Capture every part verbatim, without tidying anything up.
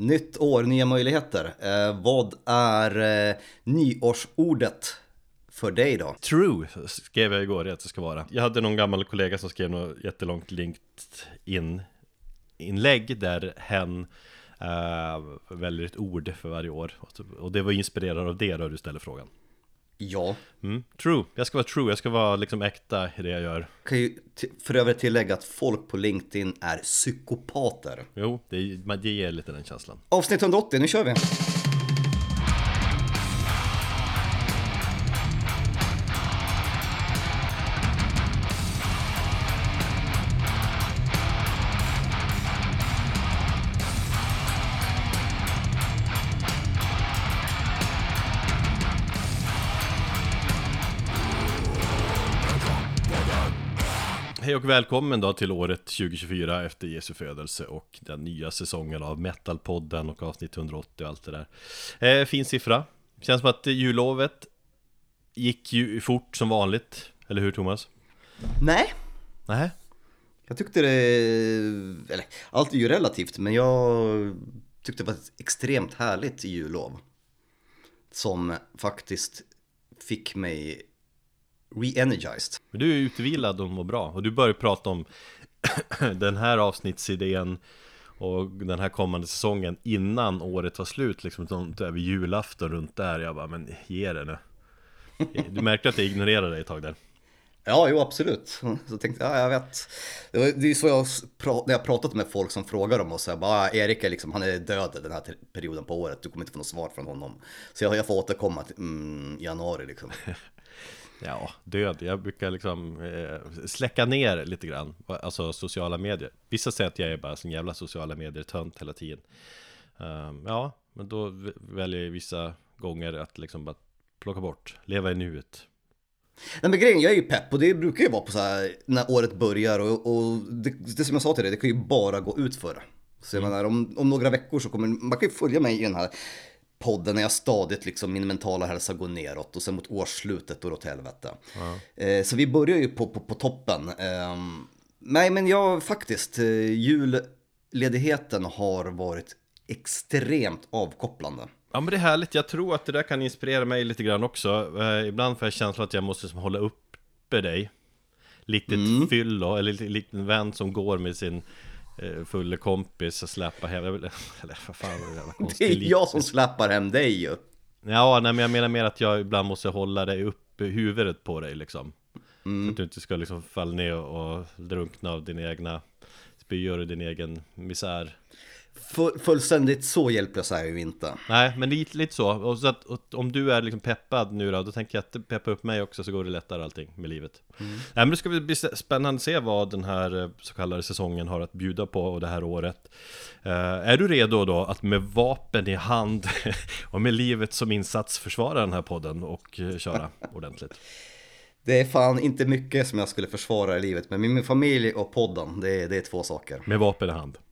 Nytt år, nya möjligheter. Eh, vad är eh, nyårsordet för dig då? True skrev jag igår att det ska vara. Jag hade någon gammal kollega som skrev något jättelångt LinkedIn inlägg där hen uh, väljer ett ord för varje år. Och det var inspirerad av det då du ställer frågan. Ja. Mm. True, jag ska vara true, jag ska vara liksom äkta i det jag gör. Kan ju t- för övrigt tillägga att folk på LinkedIn är psykopater. Jo, det, man ger lite den känslan. Avsnitt hundraåttio, nu kör vi. Hej och välkommen då till året tjugohundratjugofyra efter Jesu födelse och den nya säsongen av Metalpodden och avsnitt hundraåttio och allt det där. Eh, fin siffra. Känns som att jullovet gick ju fort som vanligt. Eller hur, Thomas? Nej. Nej. Jag tyckte det, eller allt är ju relativt, men jag tyckte det var ett extremt härligt jullov. Som faktiskt fick mig re-energized. Men du är utvilad och mår bra. Och du börjar prata om den här avsnittsidén och den här kommande säsongen innan året var slut. Liksom över julafton runt där. Jag bara, men ge det nu. Du märkte att jag ignorerade dig ett tag där. Ja, jo absolut. Så tänkte jag, ja, jag vet. Det, var, det är så jag, när jag pratat med folk som frågar om och så här, bara, Erik är liksom, han är död den här perioden på året. Du kommer inte få något svar från honom. Så jag, jag får återkomma till mm, januari liksom. Ja, död. Jag brukar liksom eh, släcka ner lite grann. Alltså sociala medier. Vissa säger att jag är bara sån jävla sociala medier tönt hela tiden. Um, ja, men då väljer jag vissa gånger att liksom bara plocka bort. Leva i nuet. Nej men grejen, jag är ju pepp och det brukar ju vara på så här när året börjar och, och det, det som jag sa till dig, det kan ju bara gå ut för. Så jag mm. menar, om, om några veckor så kommer, man kan ju följa mig i den här podden när jag stadigt liksom min mentala hälsa går neråt och sen mot årsslutet då åt helvete. Ja. Eh, så vi börjar ju på, på, på toppen. Eh, nej men jag faktiskt, eh, julledigheten har varit extremt avkopplande. Ja men det är härligt, jag tror att det där kan inspirera mig lite grann också. eh, Ibland får jag känslan att jag måste som, hålla uppe dig. Lite mm. fyllo, eller lite en vän som går med sin eh, fulla kompis och släpar hem. Eller vad fan, det är jag som släpar hem dig ju. Ja, nej, men jag menar mer att jag ibland måste hålla dig upp huvudet på dig liksom. Mm. Så att du inte ska liksom falla ner och drunkna av dina egna spyor och din egen misär. Fullständigt så hjälplös är jag ju inte. Nej, men lite, lite så. Och så att och om du är liksom peppad nu då, då tänker jag att peppa upp mig också så går det lättare allting med livet. Mm. Nej, men det ska bli spännande att se vad den här så kallade säsongen har att bjuda på och det här året. Uh, är du redo då att med vapen i hand och med livet som insats försvara den här podden och uh, köra ordentligt? Det är fan inte mycket som jag skulle försvara i livet, men min familj och podden, det är, det är två saker. Med vapen i hand?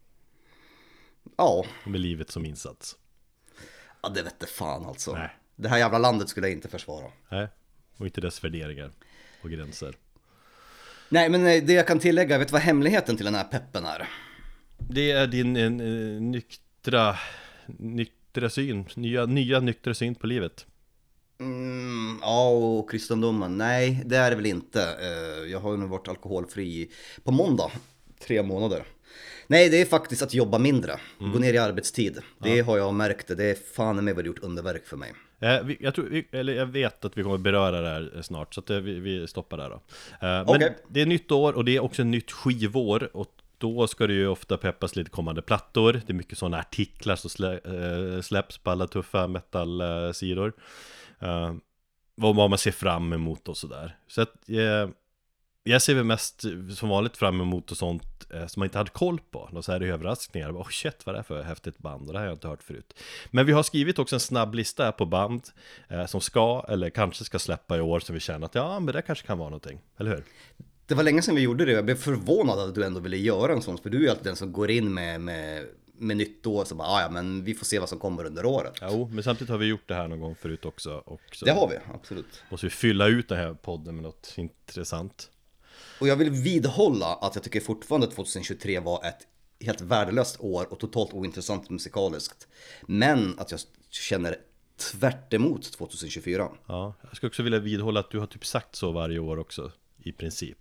Ja. Med livet som insats. Ja, det vet det fan alltså. Nej. Det här jävla landet skulle jag inte försvara. Nej, och inte dess värderingar och gränser. Nej, men det jag kan tillägga, vet du vad hemligheten till den här peppen är? Det är din en, en, nyktra, nyktra syn, nya, nya nyktra syn på livet. Mm, ja, och kristendomen. Nej, det är det väl inte. Jag har ju nu varit alkoholfri på måndag, tre månader. Nej, det är faktiskt att jobba mindre. Mm. Gå ner i arbetstid. Det ja. har jag märkt. Det är fan med vad det gjort underverk för mig. Eh, vi, jag, tror, eller jag vet att vi kommer beröra det här snart. Så att det, vi, vi stoppar där då. Eh, okay. Men det är nytt år och det är också nytt skivår. Och då ska det ju ofta peppas lite kommande plattor. Det är mycket sådana artiklar som slä, äh, släpps på alla tuffa metal-sidor. Eh, vad man ser fram emot och sådär. Så att... Eh, jag ser väl mest som vanligt fram emot och sånt eh, som man inte hade koll på. Då så här är det överraskningar. Åh oh shit, vad är det för häftigt band? Och det har jag inte hört förut. Men vi har skrivit också en snabb lista på band eh, som ska eller kanske ska släppa i år. Som vi känner att ja, men det kanske kan vara någonting. Eller hur? Det var länge sedan vi gjorde det. Jag blev förvånad att du ändå ville göra en sån. För du är ju alltid den som går in med... med... med nytt år, så bara, ah, ja men vi får se vad som kommer under året. Jo, men samtidigt har vi gjort det här någon gång förut också. Och så det har vi, absolut. Måste vi fylla ut den här podden med något intressant. Och jag vill vidhålla att jag tycker fortfarande att tjugohundratjugotre var ett helt värdelöst år och totalt ointressant musikaliskt. Men att jag känner tvärt emot tjugohundratjugofyra. Ja, jag skulle också vilja vidhålla att du har typ sagt så varje år också, i princip.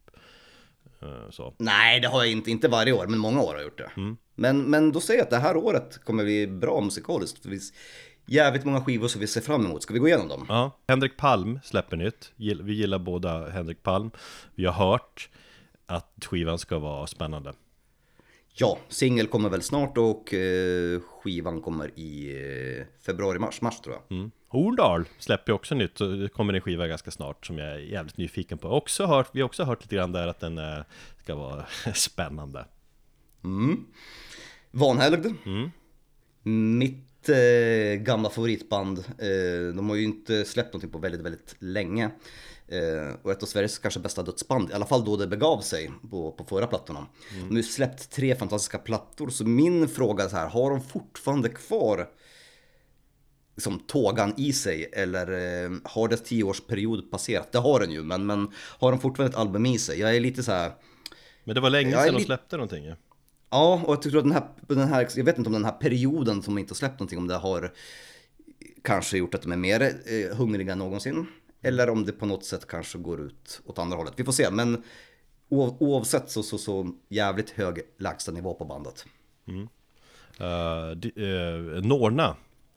Så. Nej, det har jag inte, inte varje år, men många år har jag gjort det. Mm. Men, men då säger jag att det här året kommer bli bra musikaliskt. För vi jävligt många skivor som vi ser fram emot. Ska vi gå igenom dem? Ja, Henrik Palm släpper nytt. Vi gillar båda Henrik Palm. Vi har hört att skivan ska vara spännande. Ja, singel kommer väl snart och eh, skivan kommer i eh, februari-mars, mars tror jag. Mm. Horndal släpper också nytt, så det kommer en skiva ganska snart som jag är jävligt nyfiken på. Också hört, vi har också hört lite grann där att den eh, ska vara spännande. Mm. Vanhelgd. Mm. Mitt eh, gamla favoritband. Eh, de har ju inte släppt någonting på väldigt, väldigt länge. Eh, och ett av Sveriges kanske bästa dödsband, i alla fall då det begav sig på, på förra plattorna. Mm. De har ju släppt tre fantastiska plattor, så min fråga är så här, har de fortfarande kvar liksom tågan i sig, eller eh, har dess tioårsperiod passerat? Det har den ju, men, men har de fortfarande ett album i sig? Jag är lite så här. Men det var länge sedan li- de släppte någonting, ja. Ja, och jag tycker att den här, den här, jag vet inte om den här perioden som inte har släppt någonting, om det har kanske gjort att de är mer eh, hungriga än någonsin. Eller om det på något sätt kanske går ut åt andra hållet. Vi får se, men oavsett så, så, så jävligt hög lägsta nivå på bandet. Mm. Uh, di, uh, Norna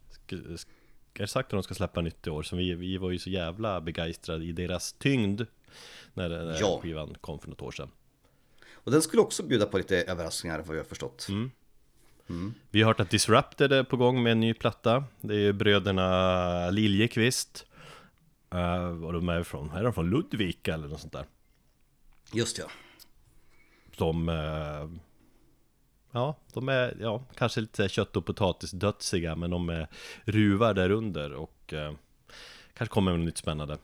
ska sagt att de ska släppa nytt i år, så vi, vi var ju så jävla begeistrade i deras tyngd när den ja. skivan kom för något år sedan. Och den skulle också bjuda på lite överraskningar, vad jag har förstått. Mm. Mm. Vi har hört att Disrupted är på gång med en ny platta. Det är bröderna Liljekvist. Uh, och de är från, är de från Ludvika eller något sånt där. Just ja. Som uh, ja, de är ja, kanske lite kött och potatis dödsiga, men de är ruvar där under och uh, kanske kommer med något nytt spännande.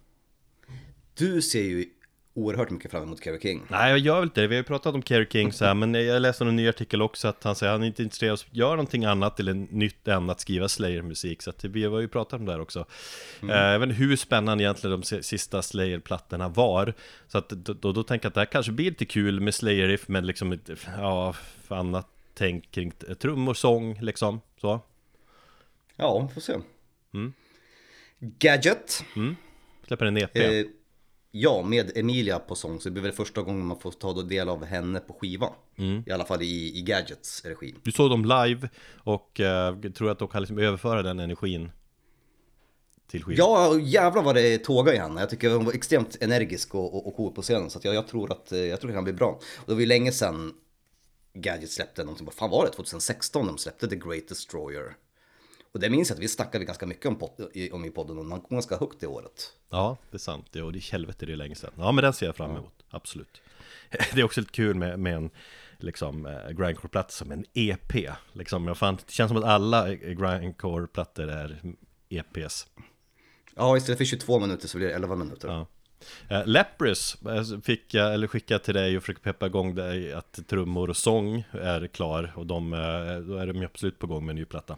Du ser ju oerhört mycket fram emot Kerry King. Nej, jag gör väl inte det. Vi har ju pratat om Kerry King så här, men jag läste en ny artikel också att han säger att han inte är intresserad av att göra någonting annat eller nytt än att skriva Slayer-musik. Så att vi har ju pratat om det här också. Mm. Uh, jag vet inte hur spännande egentligen de sista Slayer-plattorna var. Så att då, då, då tänker jag att det här kanske blir lite kul med Slayer-riff, men liksom ett, ja, för annat tänk kring trum och sång liksom, så. Ja, vi får se. Mm. Gadget. Mm. Släpper en E P. Eh, ja, med Emilia på sång, så det blir väl första gången man får ta del av henne på skiva. Mm. I alla fall i, i Gadgets regi. Du såg dem live och uh, tror att de kan liksom överföra den energin till skivan. Ja, jävlar vad det tågar i henne. Jag tycker hon var extremt energisk och, och, och cool på scenen, så att jag, jag tror att jag tror det kan bli bra. Och det var ju länge sedan Gadget släppte någonting, vad fan var det? tjugo sexton de släppte The Great Destroyer. Och det minns jag att vi snackade ganska mycket om, pod- om i podden, och man kom ganska högt i året. Ja, det är sant. Ja, och det är helvete, det är länge sedan. Ja, men den ser jag fram emot, ja. Absolut. Det är också lite kul med, med en liksom, eh, grindcore-platta som en E P. Liksom, jag fann, det känns som att alla grindcore-plattor är E P:s. Ja, istället för tjugotvå minuter så blir det elva minuter. Ja. Uh, Leprous fick jag, eller skickade till dig och försökte peppa igång dig att trummor och sång är klar. Och de, då är de absolut på gång med en ny platta.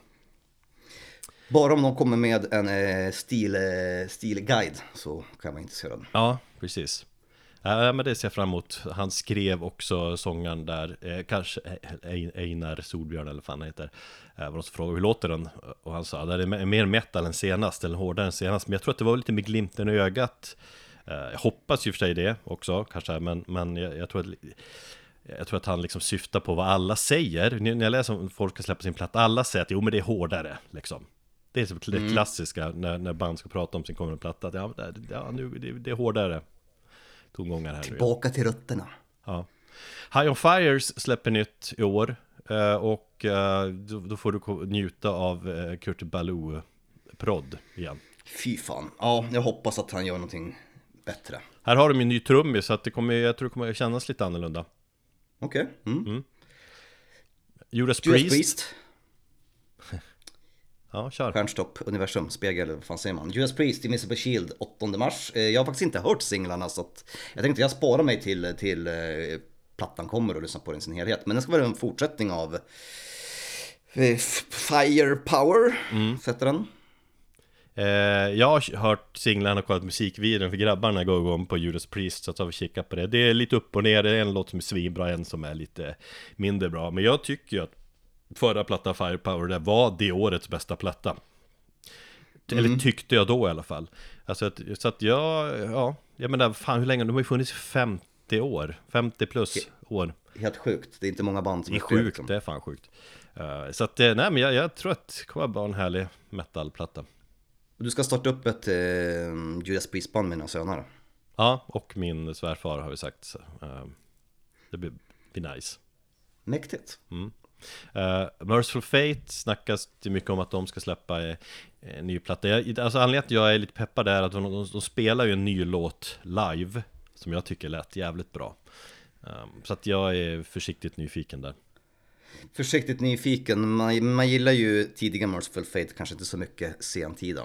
Bara om de kommer med en eh, stil, eh, stilguide så kan jag vara intresserad. Ja, precis. Ja, men det ser jag fram emot. Han skrev också sången där, eh, kanske Einar Solbjörn eller vad fan han heter. Eh, var frågade hur låter den? Och han sa, det är mer metal än senast, eller hårdare än senast. Men jag tror att det var lite med glimten i ögat. Eh, jag hoppas ju för sig det också, kanske. Men, men jag, jag tror att... Jag tror att han liksom syftar på vad alla säger. När jag läser om folk ska släppa sin platta, alla säger att jo, men det är hårdare liksom. Det är så det mm. klassiska när, när band ska prata om sin kommande platta, att ja, det, ja, nu, det, det är hårdare tongångar här. Tillbaka nu. till rötterna. Ja. High on Fires släpper nytt i år, och då, då får du njuta av Kurt Ballou-prodd igen. Fy fan. Ja, jag hoppas att han gör någonting bättre. Här har de en ny trummis, så att det kommer, jag tror det kommer att kännas lite annorlunda. Okej. Okay. Mm. Mm. Judas, Judas Priest. Priest. Ja, kör. Stjärnstopp, universum, spegel, vad fan säger man? Judas Priest, Invisible Shield, åttonde mars. Jag har faktiskt inte hört singlarna, så att jag tänkte jag sparar mig till, till plattan kommer och lyssnar på den i sin helhet. Men den ska vara en fortsättning av Firepower, mm. sätter den. Eh, jag har hört singlarna och kollat musikvideon för grabbarna går igång på Judas Priest, så att vi kikar på det. Det är lite upp och ner, det är en låt som är svinbra, en som är lite mindre bra. Men jag tycker ju att förra plattan Firepower, det var det årets bästa platta. Mm. Eller tyckte jag då i alla fall. Alltså att, så att jag, ja, jag menar, fan hur länge, de har ju funnits femtio år, femtio plus år. Helt sjukt, det är inte många band som är, är sjukt, liksom. Det är fan sjukt. uh, Så att, nej men jag, jag tror att det kommer vara en härlig metalplatta. Du ska starta upp ett eh, Judas Priest-band med dina söner. Ja, och min svärfar har vi sagt, så, uh, det blir, blir nice. Mäktigt. Mm. Uh, Merciful Fate snackas det mycket om att de ska släppa eh, en ny platta. Jag, alltså anledningen till att jag är lite peppad där är att de, de, de spelar ju en ny låt live som jag tycker lät jävligt bra. um, Så att jag är försiktigt nyfiken där. Försiktigt nyfiken, man, man gillar ju tidiga Merciful Fate, kanske inte så mycket sentida.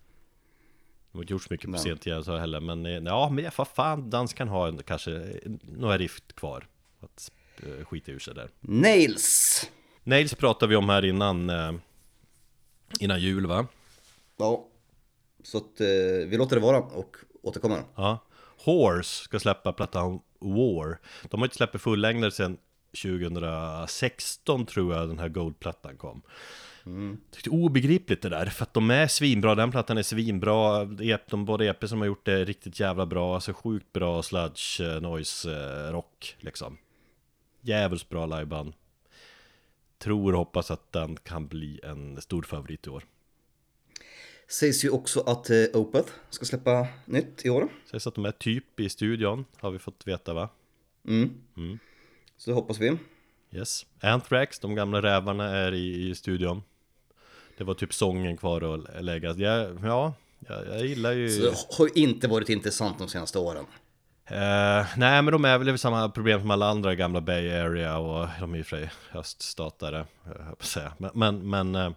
Det har inte gjorts mycket på sentida så heller. Men ja, men jag får fan, dans kan ha en, kanske några riff kvar att uh, skita ur sig där. Nails! Nails pratade vi om här innan uh, innan jul, va? Ja, så att uh, vi låter det vara och återkommer. Ja, Horse ska släppa plattan War. De har inte släppt fullängder sedan tjugohundrasexton tror jag den här Gold-plattan kom. Mm. Det är obegripligt det där, för att de är svinbra, den plattan är svinbra. De båda E P som har gjort det är riktigt jävla bra, alltså sjukt bra sludge, noise, rock liksom. Jävligt bra liveband. Tror och hoppas att den kan bli en stor favorit i år. Sägs ju också att uh, Opeth ska släppa nytt i år. Sägs att de är typ i studion, har vi fått veta, va? Mm, mm. Så det hoppas vi. Yes. Anthrax, de gamla rävarna är i, i studion. Det var typ sången kvar att lägga. Jag, ja, jag, jag gillar ju... Så det har inte varit intressant de senaste åren. Uh, nej, men de är väl samma problem som alla andra gamla Bay Area, och de är ju för öststatare, jag på att säga. Men, men, men uh,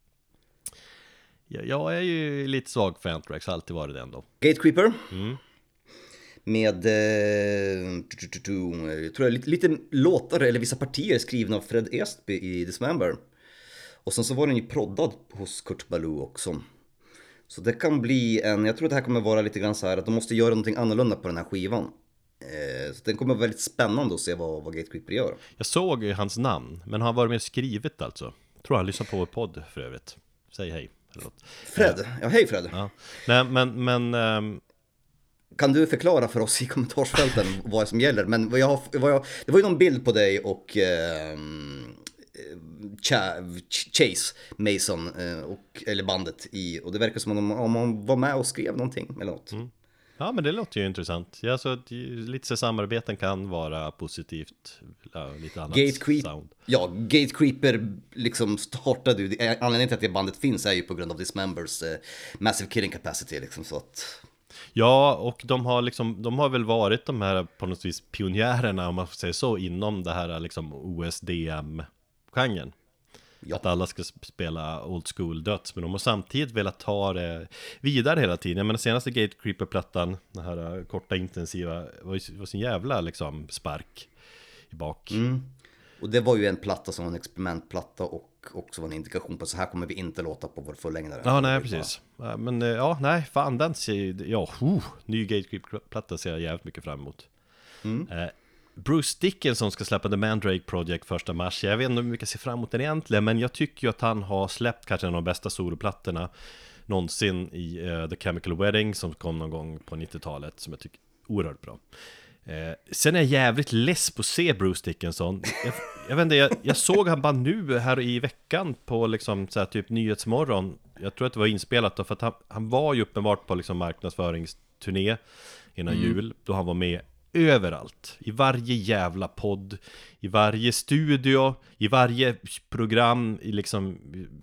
jag, jag är ju lite svag för Anthrax, har alltid varit det ändå. Gatecreeper. Mm. Med eh, tror jag, lite, lite låtar eller vissa partier skrivna av Fred Estby i Dismember. Och sen så var den ju proddad hos Kurt Ballou också. Så det kan bli en, jag tror att det här kommer vara lite grann så här att de måste göra någonting annorlunda på den här skivan. eh, Så den kommer vara väldigt spännande att se vad, vad Gatecreeper gör. Jag såg ju hans namn, men han har varit med och skrivit alltså. Tror han lyssnar på vår podd för övrigt. Säg hej eller något. Fred, ja hej Fred. Ja. Nej men, men um... kan du förklara för oss i kommentarsfälten vad som gäller? Men vad jag har, vad jag, det var ju någon bild på dig och eh, Chase Mason eh, och, eller bandet i, och det verkar som om man, om man var med och skrev någonting eller något. Mm. Ja, men det låter ju intressant. Ja, så att lite så samarbeten kan vara positivt, ja, lite annat Gatecreep, sound. Ja, Gatecreeper liksom startade ju, anledningen till att det bandet finns är ju på grund av Dismembers eh, Massive Killing Capacity liksom, så att... Ja, och de har liksom, de har väl varit de här på något vis pionjärerna, om man får säga så, inom det här liksom O S D M-genren. Ja. Att alla ska spela old school döds, men de har samtidigt velat ta det vidare hela tiden. Men den senaste Gatecreeper-plattan, den här korta intensiva, var ju var sin jävla liksom spark i bak. Mm. Och det var ju en platta som var en experimentplatta och också var en indikation på att så här kommer vi inte låta på vår fullängdare. Ja, nej, precis. Bara... Men ja, nej, fan, den ser ja, oh, ny Gatecreeper-platta ser jag jävligt mycket fram emot. Mm. Eh, Bruce Dickinson ska släppa The Mandrake Project första mars. Jag vet inte hur mycket jag ser fram emot den egentligen, men jag tycker ju att han har släppt kanske en av de bästa soloplattorna någonsin i uh, The Chemical Wedding som kom någon gång på nittiotalet, som jag tycker är oerhört bra. Eh, sen är jag jävligt less på att se Bruce Dickinson. Jag, jag vet inte, jag, jag såg han bara nu här i veckan på liksom så här, typ Nyhetsmorgon. Jag tror att det var inspelat då, för att han, han var ju uppenbart på liksom marknadsföringsturné innan mm. jul, då han var med överallt, i varje jävla podd, i varje studio, i varje program, i liksom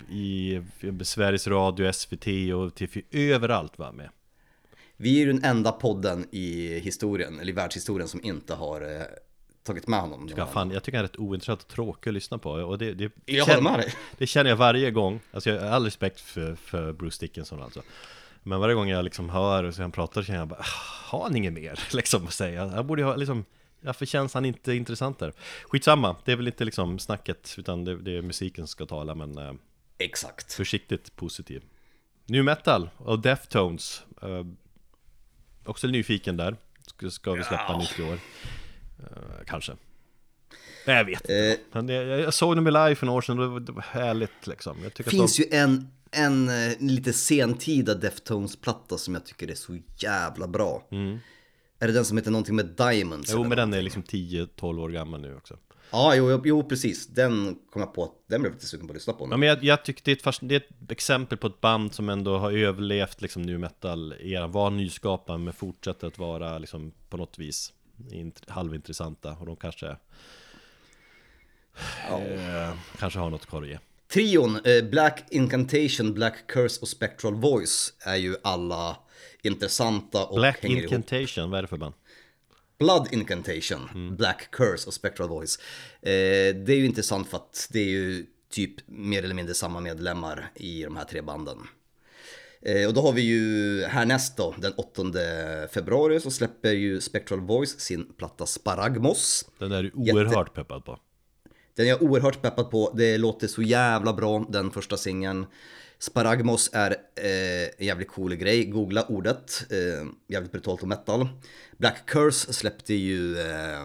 i, i Sveriges Radio, S V T och T V, överallt var med. Vi är ju den enda podden i historien, eller i världshistorien, som inte har eh, tagit med honom. Jag, fan, jag tycker han är rätt ointressant och tråkig att lyssna på, och det, det, jag känner, håller med dig. Det känner jag varje gång. Alltså jag har all respekt för, för Bruce Dickinson alltså. Men varje gång jag liksom hör och så han pratar, så känner jag bara, har han inget mer liksom att säga? Jag borde ha liksom, varför känns han inte intressant där? Skitsamma, det är väl inte liksom snacket, utan det, det är musiken som ska tala, men eh, exakt. Försiktigt positiv. New Metal och Deftones. Uh, också nyfiken där. Ska, ska vi släppa Ja. nytt i år? Uh, kanske. Nej, jag vet inte. Eh. Men jag, jag såg dem i live för några år sedan. Det var, det var härligt liksom. Jag tycker Finns att de... ju en, en eh, lite sentida Deftones-platta som jag tycker är så jävla bra. Mm. Är det den som heter någonting med Diamonds? Jo, eller men den någonting? är liksom tio tolv år gammal nu också. Ja, jo, jo, precis. Den kom jag på att den blev jag lite sugen på att lyssna på nu. Ja, men jag, jag tyckte det är, ett fast, det är ett exempel på ett band som ändå har överlevt liksom nu metal eran, var nyskapande men fortsätter att vara liksom på något vis int- halvintressanta, och de kanske Ja. eh, kanske har något kvar att ge. Trion, eh, Black Incantation, Black Curse och Spectral Voice är ju alla intressanta och Black hänger ihop. Incantation, vad är det för band? Blood Incantation, Mm. Black Curse och Spectral Voice. Eh, det är ju intressant för att det är ju typ mer eller mindre samma medlemmar i de här tre banden. Eh, och då har vi ju härnäst då, den åttonde februari så släpper ju Spectral Voice sin platta Sparagmos. Den är du oerhört peppad på. Den är jag oerhört peppad på, det låter så jävla bra den första singeln. Sparagmos är eh, en jävligt cool grej, googla ordet, eh, jävligt brutalt och metal. Black Curse släppte ju eh,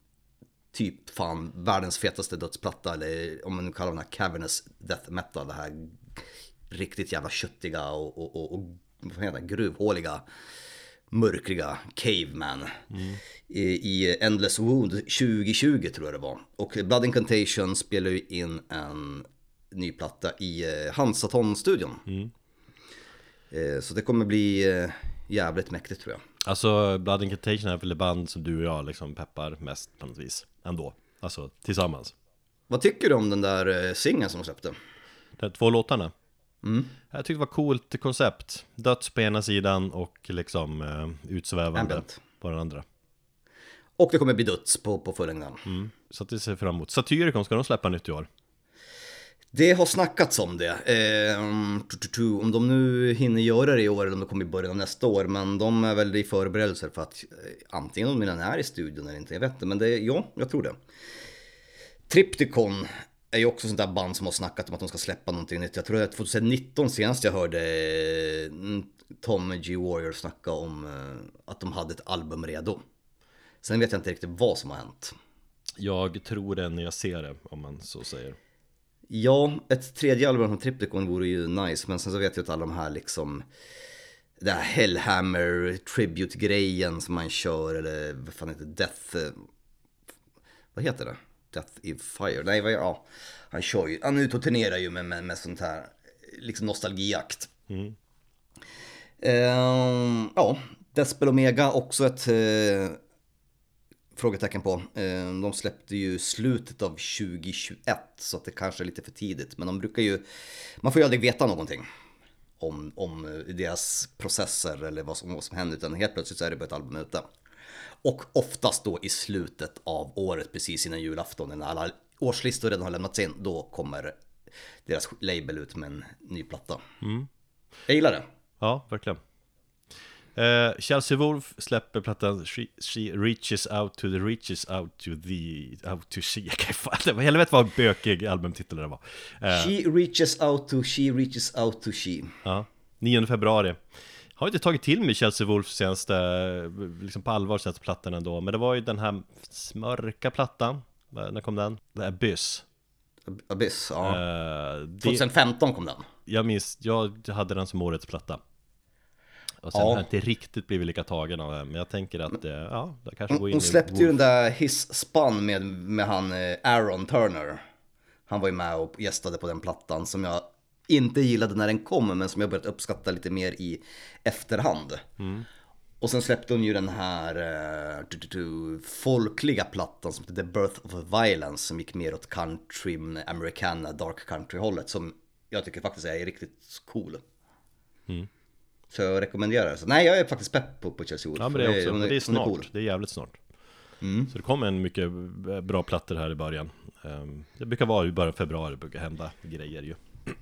typ fan världens fetaste dödsplatta, eller om man nu kallar den här cavernous death metal, det här riktigt jävla köttiga och, och, och, och vad heter det, gruvhåliga, mörkliga Caveman mm. i, i Endless Wound tjugo tjugo tror jag det var. Och Blood Incantation spelar ju in en ny platta i eh, Hansaton-studion. Mm. Eh, så det kommer bli eh, jävligt mäktigt tror jag. Alltså Blood Incantation är väl ett band som du och jag liksom peppar mest på något vis ändå. Alltså tillsammans. Vad tycker du om den där eh, singeln som de släppte? De två låtarna. Mm. Jag tyckte det var coolt koncept. Döds på ena sidan och liksom eh, utsvävande Ambient på den andra. Och det kommer bli döds på, på förlängden. Mm. Så att det ser fram emot. Satyricon, ska de släppa nytt i år? Det har snackats om det. Eh, om de nu hinner göra det i år eller om det kommer i början av nästa år. Men de är väl i förberedelser för att eh, antingen om den är i studion eller inte, jag vet inte. Men det, ja, jag tror det. Triptychon är ju också sånt där band som har snackat om att de ska släppa någonting nytt. Jag tror att tjugonitton senast jag hörde eh, Tom G. Warrior snacka om eh, att de hade ett album redo. Sen vet jag inte riktigt vad som har hänt. Jag tror det när jag ser det, om man så säger. Ja, ett tredje album från Triptychon vore ju nice, men sen så vet jag att alla de här liksom det här Hellhammer tribute-grejen som man kör, eller vad fan heter det? Death, vad heter det? Death in Fire, nej vad, ja, han kör ju, han är ute och turnerar ju med, med, med sånt här liksom nostalgiakt. Mm. Ehm, ja, Despel Omega också ett eh, frågetecken på. De släppte ju slutet av tjugohundratjugoett så att det kanske är lite för tidigt. Men de brukar ju, man får ju aldrig veta någonting om, om deras processer eller vad som, vad som händer. Utan helt plötsligt så är det bara ett album ute. Och oftast då i slutet av året, precis innan julafton, när alla årslistor redan har lämnats in, då kommer deras label ut med en ny platta. Mm. Jag gillar det. Ja, verkligen. Uh, Chelsea Wolf släpper plattan She, She Reaches Out to the Reaches Out to the Out to She. Jag kan fan, helvete vad bökig albumtitel det var. Uh, She Reaches Out to She Reaches Out to She. Ja, nionde februari. Har inte tagit till mig Chelsea Wolf senaste, liksom på allvar senaste plattan ändå. Men det var ju den här mörka plattan. När kom den? The Abyss. Abyss, ja. Uh, det, tjugohundrafemton kom den. Jag minns, jag hade den som årets platta. Och sen ja. har jag inte riktigt blivit lika tagen av det. Men jag tänker att, ja, det kanske går in. Hon släppte ju den där Hiss-spann med, med han Aaron Turner. Han var ju med och gästade på den plattan som jag inte gillade när den kom, men som jag börjat uppskatta lite mer i efterhand. Mm. Och sen släppte hon ju den här uh, folkliga plattan som heter The Birth of Violence, som gick mer åt country, americana, dark country hållet, som jag tycker faktiskt är riktigt cool. Mm. Så jag rekommenderar det. Så nej, jag är faktiskt pepp på, på Chelsea Wolf. Ja, men det är, också, det är, det är snart, är cool. det är jävligt snart. Mm. Så det kommer en mycket bra plattor här i början. Det brukar vara i början av februari, det brukar hända grejer ju.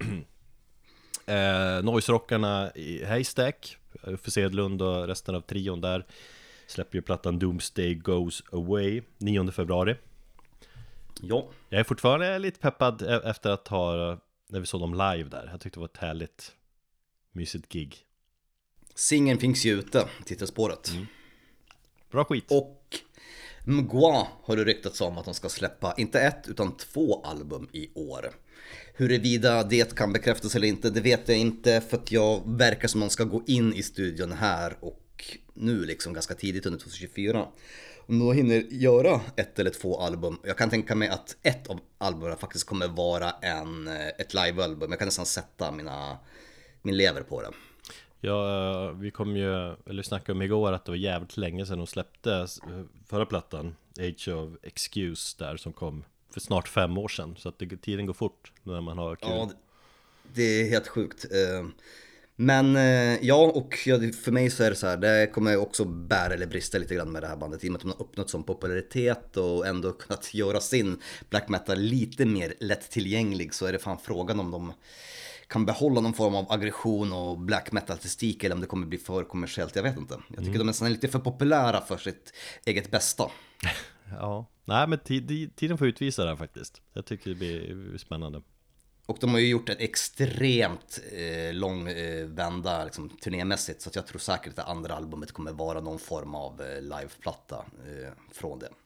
eh, Noise-rockarna i Haystack, Uffe Sedlund och resten av trion där släpper ju plattan Doomsday Goes Away nionde februari. Ja. Jag är fortfarande lite peppad efter att ha, när vi såg dem live där. Jag tyckte det var ett härligt mysigt gig. Singeln finns ju ute, titelspåret. Mm. Bra skit. Och Mgwa har det ryktats om att de ska släppa inte ett utan två album i år. Huruvida det kan bekräftas eller inte, det vet jag inte, för att jag verkar som att de ska gå in i studion här och nu liksom ganska tidigt under tjugohundratjugofyra. Om de hinner göra ett eller två album, jag kan tänka mig att ett av albumen faktiskt kommer vara en, ett livealbum. Jag kan nästan sätta mina, min lever på det. Ja, vi kom ju, eller snackade om igår att det var jävligt länge sedan de släppte förra plattan, Age of Excuse där, som kom för snart fem år sedan. Så att det, tiden går fort när man har kul. Ja, det är helt sjukt. Men ja, och för mig så är det så här, det kommer också bära eller brista lite grann med det här bandet. I och med att de har uppnått sån popularitet och ändå kunnat göra sin black metal lite mer lättillgänglig, så är det fan frågan om de kan behålla någon form av aggression och black metal-artistik eller om det kommer bli för kommersiellt, jag vet inte. Jag tycker mm. de är nästan lite för populära för sitt eget bästa. Ja, nej men tid, tiden får utvisa det här faktiskt. Jag tycker det blir spännande. Och de har ju gjort en extremt eh, lång eh, vända liksom, turnémässigt, så att jag tror säkert att det andra albumet kommer vara någon form av eh, liveplatta eh, från det.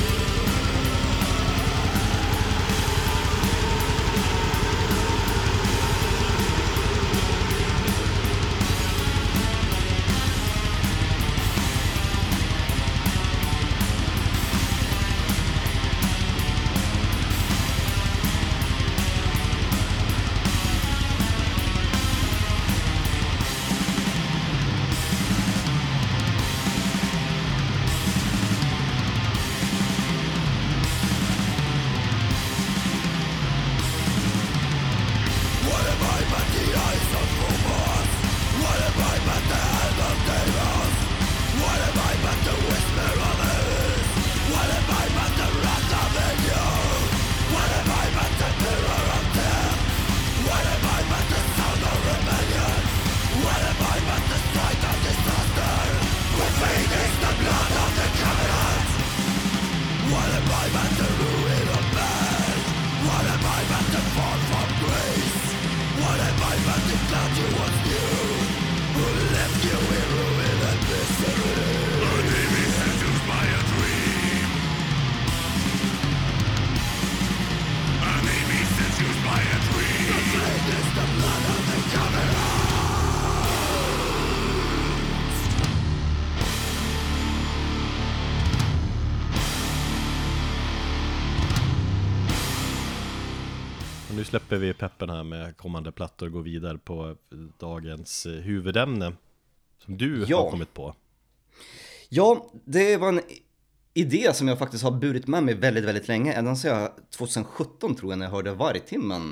Nu släpper vi peppen här med kommande plattor och går vidare på dagens huvudämne som du ja. har kommit på. Ja, det var en idé som jag faktiskt har burit med mig väldigt, väldigt länge. Ända sedan jag tjugosjutton tror jag när jag hörde Vargtimmen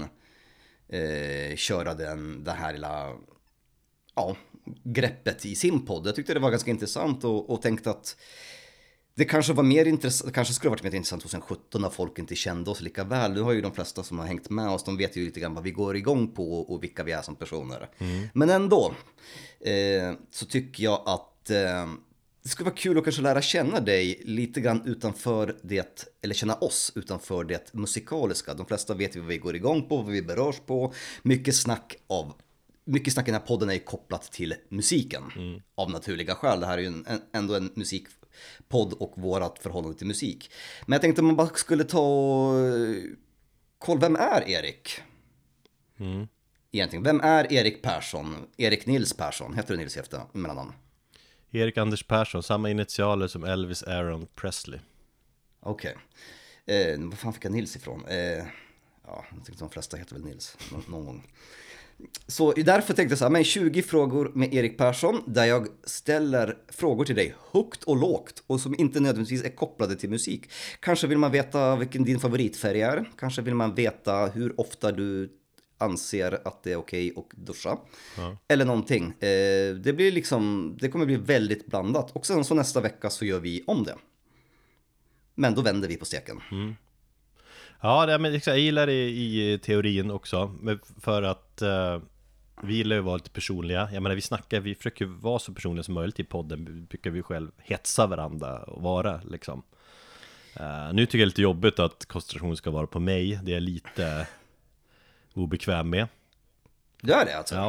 eh, köra den, det här lilla ja, greppet i sin podd. Jag tyckte det var ganska intressant och, och tänkte att det kanske var mer intressant, kanske skulle ha varit mer intressant tjugosjutton när folk inte kände oss lika väl. Nu har ju de flesta som har hängt med oss, de vet ju lite grann vad vi går igång på och vilka vi är som personer. Mm. Men ändå eh, så tycker jag att eh, det skulle vara kul att kanske lära känna dig lite grann utanför det, eller känna oss utanför det musikaliska. De flesta vet ju vad vi går igång på, vad vi berörs på. Mycket snack av Mycket snack i den här podden är ju kopplat till musiken mm. av naturliga skäl. Det här är ju en, en, ändå en musikpodd och vårat förhållande till musik. Men jag tänkte om man bara skulle ta och kolla, vem är Erik? Mm. Egentligen, vem är Erik Persson? Erik Nils Persson, heter du Nils i mellannamn? Erik Anders Persson, samma initialer som Elvis Aaron Presley. Okej, okay. eh, vad fan fick jag Nils ifrån? Eh, ja, jag tyckte de flesta heter väl Nils någon, någon gång. Så därför tänkte jag så här, men tjugo frågor med Erik Persson där jag ställer frågor till dig högt och lågt och som inte nödvändigtvis är kopplade till musik. Kanske vill man veta vilken din favoritfärg är. Kanske vill man veta hur ofta du anser att det är okej att duscha. Ja. Eller någonting. Eh, det blir liksom, det kommer bli väldigt blandat. Och sen så nästa vecka så gör vi om det. Men då vänder vi på steken. Mm. Ja, det, men jag gillar det i teorin också. För att uh, vi gillar ju att vara lite personliga. Jag menar, vi snackar, vi försöker vara så personliga som möjligt i podden. Vi brukar vi själv hetsa varandra och vara liksom. Uh, nu tycker jag det är lite jobbigt att koncentrationen ska vara på mig. Det är lite obekväm med. Gör det alltså? Ja,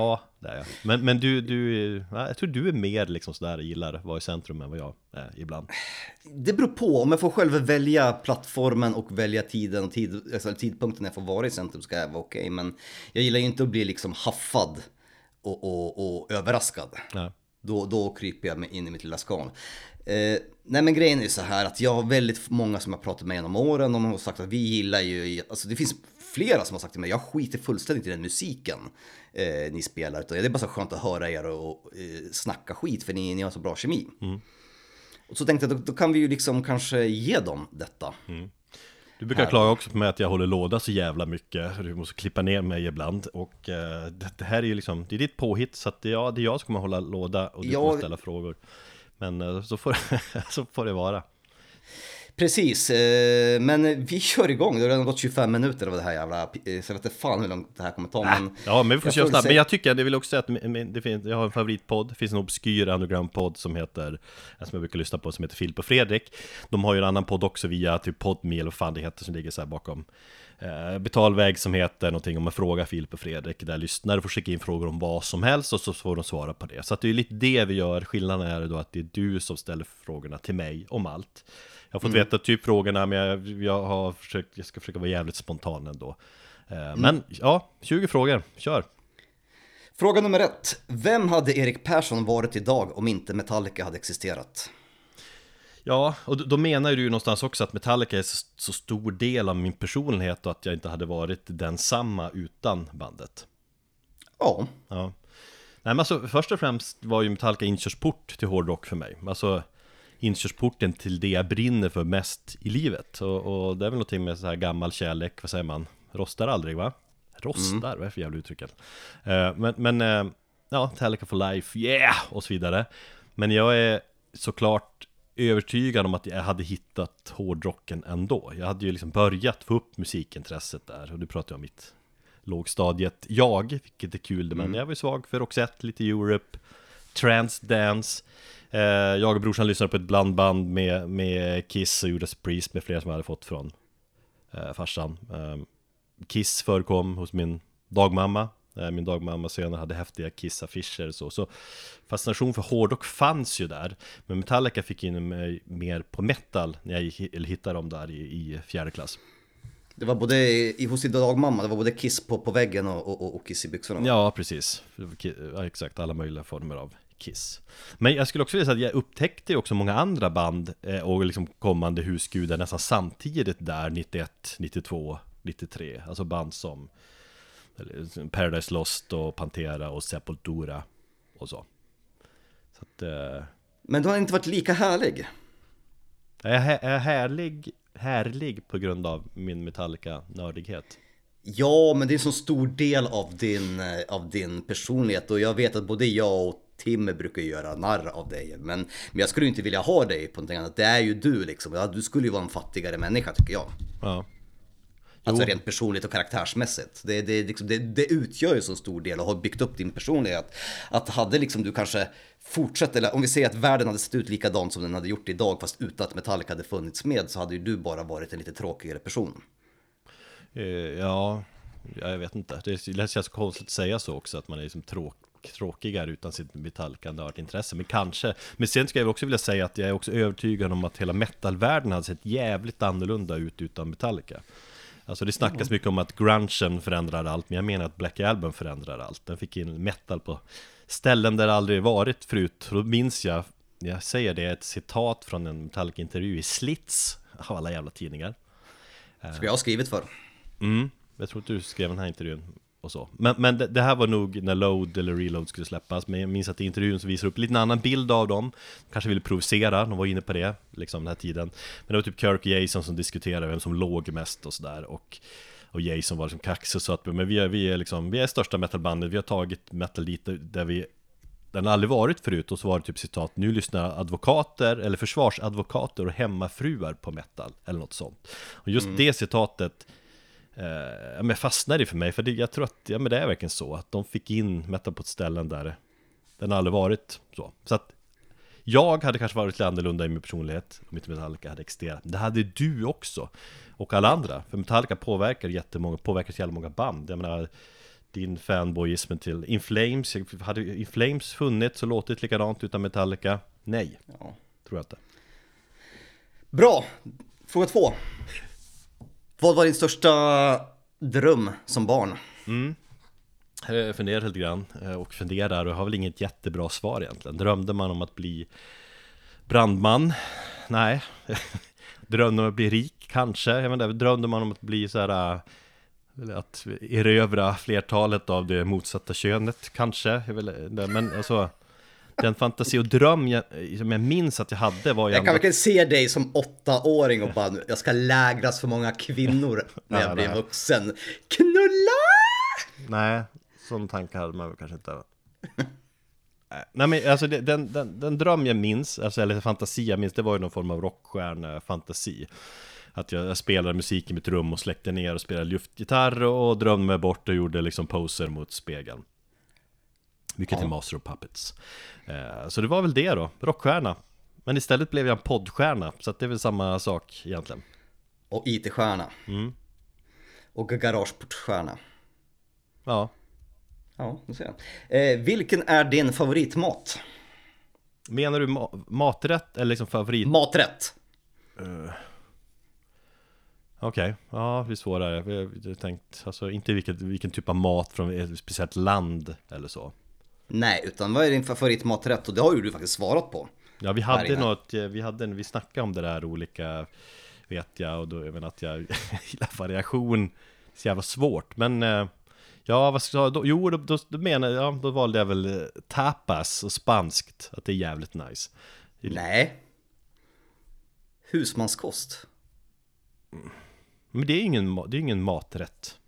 det är jag. Men, men du, du, jag tror du är mer liksom sådär, gillar att vara i centrum än vad jag är ibland. Det beror på, om jag får själv välja plattformen och välja tiden och tid, alltså tidpunkten när jag får vara i centrum ska jag vara okej. Okay. Men jag gillar ju inte att bli liksom haffad och, och, och överraskad. Ja. Då, då kryper jag in i mitt lilla skal. Eh, nej men grejen är ju så här att jag har väldigt många som har pratat med genom åren och de har sagt att vi gillar ju, alltså det finns flera som har sagt till mig, jag skiter fullständigt i den musiken eh, ni spelar, utan det är bara så skönt att höra er och, och eh, snacka skit för ni, ni har så bra kemi. Mm. Och så tänkte jag, då, då kan vi ju liksom kanske ge dem detta. Mm. Du brukar här. Klaga också på mig att jag håller låda så jävla mycket. Du måste klippa ner mig ibland. Och eh, det, det här är ju liksom, det är ditt påhitt. Så att det, ja, det är jag som kommer hålla låda och du ja. kommer ställa frågor. Men eh, så, får, så får det vara. Precis, eh, men vi kör igång. Det har redan gått tjugofem minuter av det här jävla, så jag vet inte fan hur långt det här kommer ta. Äh, men ja, men vi får köra snabbt. Men jag tycker, det vill också säga att det finns, jag har en favoritpodd. Det finns en obskyr underground-podd som heter, som jag brukar lyssna på, som heter Filip och Fredrik. De har ju en annan podd också via typ Podme eller vad fan det heter, som ligger så här bakom eh, betalväg, som heter någonting om att fråga Filip och Fredrik, där lyssnare får skicka in frågor om vad som helst och så får de svara på det. Så att det är lite det vi gör. Skillnaden är då att det är du som ställer frågorna till mig om allt. Jag har fått mm. veta typ frågorna, men jag, jag har försökt, jag ska försöka vara jävligt spontan ändå. Eh, mm. Men ja, tjugo frågor, kör. Fråga nummer ett. Vem hade Erik Persson varit idag om inte Metallica hade existerat? Ja, och då, då menar ju du någonstans också att Metallica är så, så stor del av min personlighet och att jag inte hade varit densamma utan bandet. Ja. Ja. Nej, men alltså, först och främst var ju Metallica inkörsport till hårdrock för mig. Alltså inkörsporten till det jag brinner för mest i livet. Och, och det är väl någonting med så här gammal kärlek, vad säger man? Rostar aldrig, va? Rostar, mm. vad är det för jävla uttrycket? Uh, men, men uh, ja, Metallica for life, yeah! Och så vidare. Men jag är såklart övertygad om att jag hade hittat hårdrocken ändå. Jag hade ju liksom börjat få upp musikintresset där. Och du pratar om mitt lågstadiet jag, vilket är kul. Mm. Men jag var ju svag för Roxette, lite Europe, Trance Dance. Eh, jag och brorsan lyssnade på ett blandband med, med Kiss och Judas Priest med flera som jag hade fått från eh, farsan. Eh, Kiss förekom hos min dagmamma. Eh, min dagmamma senare hade häftiga Kiss-affischer. Så. så fascination för hårdrock fanns ju där. Men Metallica fick in mig mer på metal när jag hittade dem där i, i fjärde klass. Det var både i, hos din dagmamma, det var både Kiss på, på väggen och, och, och Kiss i byxorna. Ja, precis. Ja, exakt, alla möjliga former av Kiss. Men jag skulle också vilja säga att jag upptäckte också många andra band eh, och liksom kommande husgudar nästan samtidigt där nittioett, nittiotvå, nittiotre. Alltså band som Paradise Lost och Pantera och Sepultura och så. Så att, eh... Men du har inte varit lika härlig. Är jag, är jag härlig, härlig på grund av min Metallica-nördighet? Ja, men det är en så stor del av din, av din personlighet. Och jag vet att både jag och Tim brukar göra narr av dig. Men, men jag skulle ju inte vilja ha dig på någonting annat. Det är ju du liksom. Ja, du skulle ju vara en fattigare människa, tycker jag. Ja. Alltså rent personligt och karaktärsmässigt. Det, det, liksom, det, det utgör ju så stor del och har byggt upp din personlighet. Att hade liksom du kanske fortsatt, eller om vi säger att världen hade sett ut likadant som den hade gjort idag, fast utan att Metallica hade funnits med, så hade ju du bara varit en lite tråkigare person. Ja, jag vet inte. Det känns konstigt att säga så också, att man är liksom tråk, tråkigare utan sitt Metallica-nördintresse. Men kanske. Men sen ska jag också vilja säga att jag är också övertygad om att hela metalvärlden hade sett jävligt annorlunda ut utan Metallica. Alltså det snackas mm. mycket om att grungen förändrar allt, men jag menar att Black Album förändrar allt. Den fick in metal på ställen där det aldrig varit förut. Då minns jag, jag säger det, ett citat från en Metallica-intervju i Slits, av alla jävla tidningar. Som jag har skrivit för. Mm, jag tror inte du skrev den här intervjun och så. Men, men det, det här var nog när Load eller Reload skulle släppas. Men jag minns att i intervjun så visar upp lite en annan bild av dem. Kanske ville provocera, de var inne på det liksom den här tiden. Men det var typ Kirk och Jason som diskuterade vem som låg mest och sådär. Och, och Jason var liksom kaxig och så att men vi, är, vi, är liksom, vi är största metalbandet. Vi har tagit metal dit där vi den har aldrig varit förut. Och så var det typ citat: nu lyssnar advokater eller försvarsadvokater och hemmafruar på metal eller något sånt. Och just mm. det citatet Uh, men fastnade det för mig, för det, jag tror att ja, men det är verkligen så att de fick in metal på ett ställen där den aldrig varit så. Så att jag hade kanske varit lite annorlunda i min personlighet om inte Metallica hade existerat. Det hade du också och alla andra, för Metallica påverkar jättemånga, påverkar så jävla många band. Jag menar, din fanboyism till In Flames. Hade In Flames funnits och låtit likadant utan Metallica? Nej, ja. Tror jag inte. Bra, fråga två. Vad var din största dröm som barn? Mm. Jag funderar lite grann och funderar och har väl inget jättebra svar egentligen. Drömde man om att bli brandman? Nej. Drömde man om att bli rik? Kanske. Jag vet inte, drömde man om att bli så här, att erövra flertalet av det motsatta könet? Kanske. Jag vet inte, men alltså den fantasi och dröm jag, som jag minns att jag hade var jag kan verkligen se dig som åttaåring och bara, jag ska lägras för många kvinnor när jag blir vuxen. Knulla! Nej, sån tanke hade man väl kanske inte. Nej, men alltså det, den, den, den dröm jag minns, alltså, eller fantasi jag minns, det var ju någon form av rockstjärna-fantasi. Att jag, jag spelade musik i mitt rum och släckte ner och spelade luftgitarr och drömde mig bort och gjorde liksom poser mot spegeln. Mycket ja. Till Master of Puppets. eh, Så det var väl det då, rockstjärna. Men istället blev jag en poddstjärna, så att det är väl samma sak egentligen. Och I T-stjärna. Mm. Och garageportstjärna. Ja. Ja, det ser jag. Eh, vilken är din favoritmat? Menar du ma- maträtt eller liksom favorit? Maträtt. Uh. Okej, okay. Ja, det är svårare. Jag har tänkt, alltså inte vilket, vilken typ av mat från ett speciellt land eller så. Nej, utan vad är din favoritmaträtt? Och det har ju du faktiskt svarat på. Ja, vi hade något, vi hade, vi snackade om det där olika, vet jag, och då, jag menar att jag gillar variation, så jävla svårt, men ja, vad ska jag då? Jo, då, då, då menar jag, då valde jag väl tapas och spanskt, att det är jävligt nice. Nej. Husmanskost. Mm. Men det är ingen, det är ingen maträtt.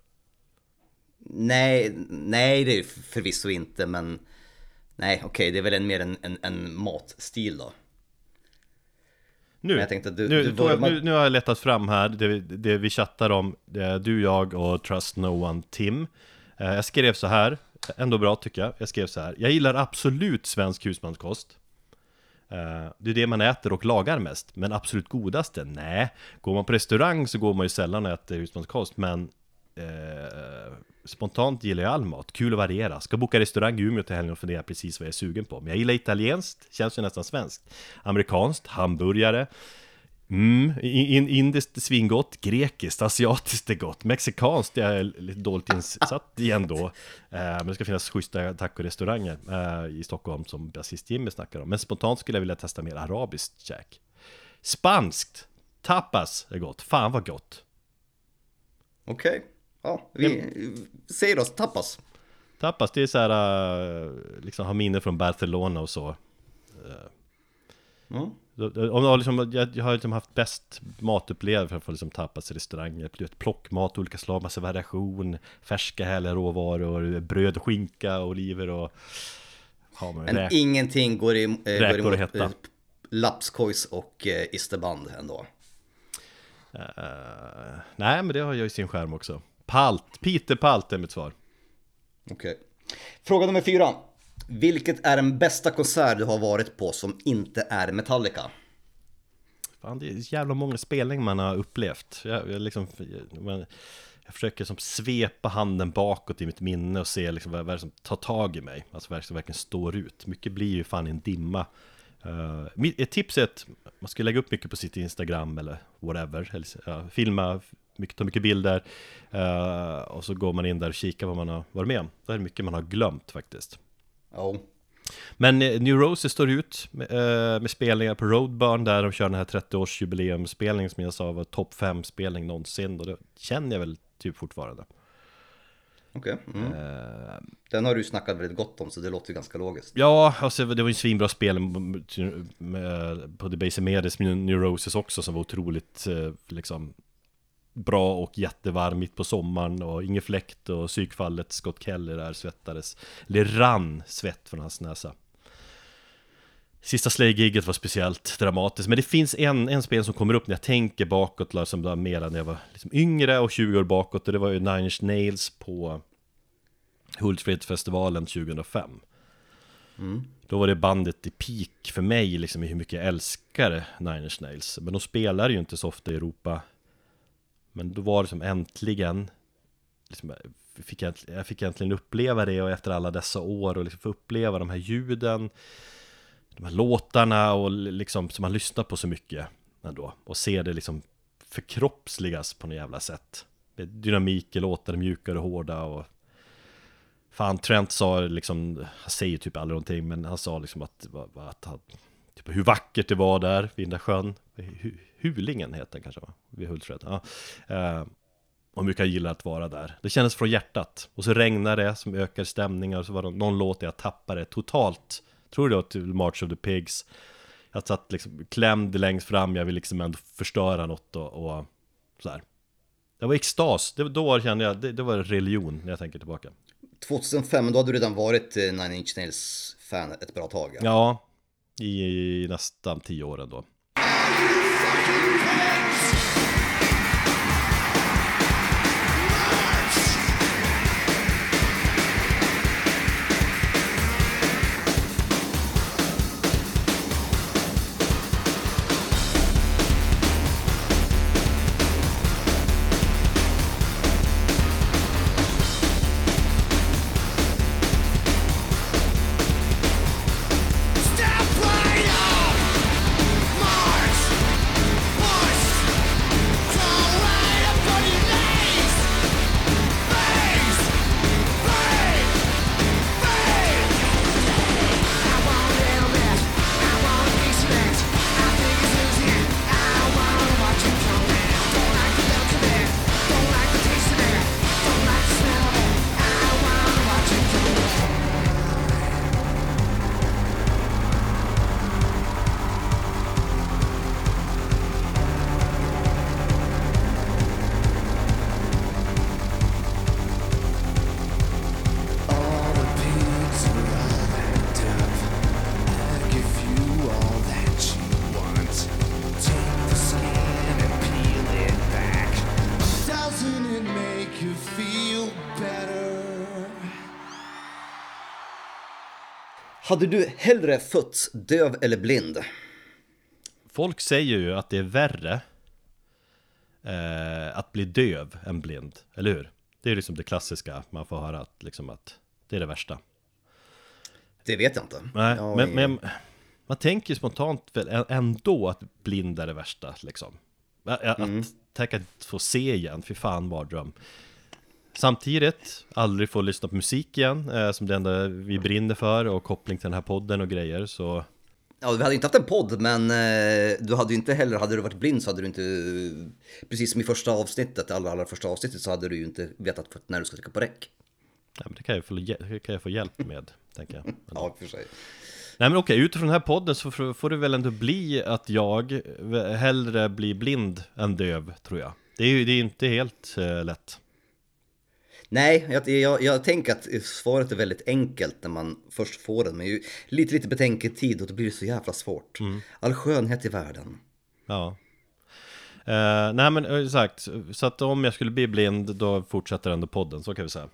Nej, nej det är förvisso inte, men nej, okej, okay, det är väl en, mer en, en, en matstil då. Nu, jag tänkte, du, nu, du var... nu, nu har jag letat fram här det, det vi chattar om, det du, jag och Trust No One Tim. Jag skrev så här, ändå bra tycker jag. Jag skrev så här: jag gillar absolut svensk husmanskost. Det är det man äter och lagar mest. Men absolut godaste? Nej. Går man på restaurang så går man ju sällan och äter husmanskost. Men eh, spontant gillar jag all mat. Kul att variera. Ska boka restaurang i Umeå till helgen och fundera precis vad jag är sugen på. Men jag gillar italienskt, känns ju nästan svenskt. Amerikanskt, hamburgare. Mm, in, indiskt svingott, grekiskt, asiatiskt är gott, mexikanskt är jag lite dåligt insatt igen då, eh, men det ska finnas schyssta taco-restauranger eh, i Stockholm som basist Jimmy snackar om. Men spontant skulle jag vilja testa mer arabiskt käk. Spanskt, tapas är gott, fan vad gott. Okej, okay. Ja, vi mm. säger oss tapas. Tapas, det är så här, liksom har minne från Barcelona och så. Mm. Om, liksom, jag, jag har liksom haft bäst matupplevelse för att få liksom tapas i restauranger. Plockmat, olika slag, massa variation, färska härliga råvaror, bröd, skinka, oliver och ja, men räk, ingenting går, i, äh, går emot äh, lapskojs och äh, isterband ändå. Uh, nej, men det har jag i sin skärm också. Palt, Peter Palt är mitt svar. Okej. Okay. Fråga nummer fyra. Vilket är den bästa konsert du har varit på som inte är Metallica? Fan, det är jävla många spelningar man har upplevt. Jag, jag, liksom, jag, jag försöker som svepa handen bakåt i mitt minne och se liksom vad, vad det som tar tag i mig. Alltså vad som verkligen står ut. Mycket blir ju fan i en dimma. Uh, ett tips är att man ska lägga upp mycket på sitt Instagram eller whatever. Eller, uh, filma, mycket, ta mycket bilder. Uh, och så går man in där och kikar vad man har varit med om. Det är mycket man har glömt faktiskt. Oh. Men eh, New Roses står ut med, eh, med spelningar på Roadburn där de kör den här trettio-årsjubileumspelningen som jag sa var topp fem spelning någonsin, och det känner jag väl typ fortfarande. Okej. Okay. Mm. Uh, den har du snackat väldigt gott om, så det låter ju ganska logiskt. Ja, alltså det var ju en svinbra spel med, med, på The Base Medis med New Roses också, som var otroligt eh, liksom bra och jättevarm mitt på sommaren, och ingen fläkt och psykfallet Scott Kelly där svettades, eller rann svett från hans näsa. Sista Slay-giget var speciellt dramatiskt, men det finns en, en spel som kommer upp när jag tänker bakåt, liksom, där mer när jag var liksom yngre och tjugo år bakåt, och det var ju Nine Inch Nails på Hultsfredsfestivalen tjugohundrafem. Mm. Då var det bandet i peak för mig, liksom, i hur mycket jag älskar Nine Inch Nails, men de spelar ju inte så ofta i Europa. Men då var det som äntligen liksom, fick jag, jag fick egentligen uppleva det, och efter alla dessa år och liksom få uppleva de här ljuden, de här låtarna och liksom som man lyssnar på så mycket ändå, och se det liksom förkroppsligas på något jävla sätt. Det är dynamik i låtar, mjukare och hårda, och fan, Trent sa liksom, han säger typ aldrig någonting, men han sa liksom att, att han, typ hur vackert det var där vid den där sjön, Hu- Hulingen heter den kanske, va? Vid Hultsfred. Ja. Uh, och mycket jag gillar att vara där. Det kändes från hjärtat. Och så regnade det som ökar stämningar, och så var det någon låt jag tappade totalt. Tror det var till March of the Pigs. Jag satt liksom klämd längst fram, jag vill liksom ändå förstöra något och, och sådär. Det var extas, det, då kände jag, det, det var religion när jag tänker tillbaka. tjugohundrafem, då hade du redan varit Nine Inch Nails-fan ett bra tag. Ja, ja i, i nästan tio år ändå. Hade du hellre fötts döv eller blind? Folk säger ju att det är värre eh, att bli döv än blind, eller hur? Det är liksom det klassiska man får höra, att, liksom att det är det värsta. Det vet jag inte. Nej, jag men, är... men man tänker spontant väl ändå att blind är det värsta liksom. Att, mm. att tänka att få se igen, för fan var dröm. Samtidigt, aldrig få lyssna på musik igen, eh, som det enda vi brinner för, och koppling till den här podden och grejer, så... Ja, vi hade inte haft en podd, men eh, du hade ju inte heller, hade du varit blind så hade du inte, precis som i första avsnittet, allra, allra första avsnittet, så hade du ju inte vetat när du ska trycka på räck. Ja, men det kan jag få, det kan jag få hjälp med, tänker jag. Ja, för sig. Nej, men okej, utifrån den här podden så får, får det väl ändå bli att jag hellre blir blind än döv, tror jag. Det är ju det är inte helt eh, lätt. Nej, jag, jag, jag tänker att svaret är väldigt enkelt när man först får den, men ju lite, lite betänketid och då blir det så jävla svårt. Mm. All skönhet i världen. Ja. Uh, nej, men exakt. Så att om jag skulle bli blind, då fortsätter ändå podden, så kan vi säga.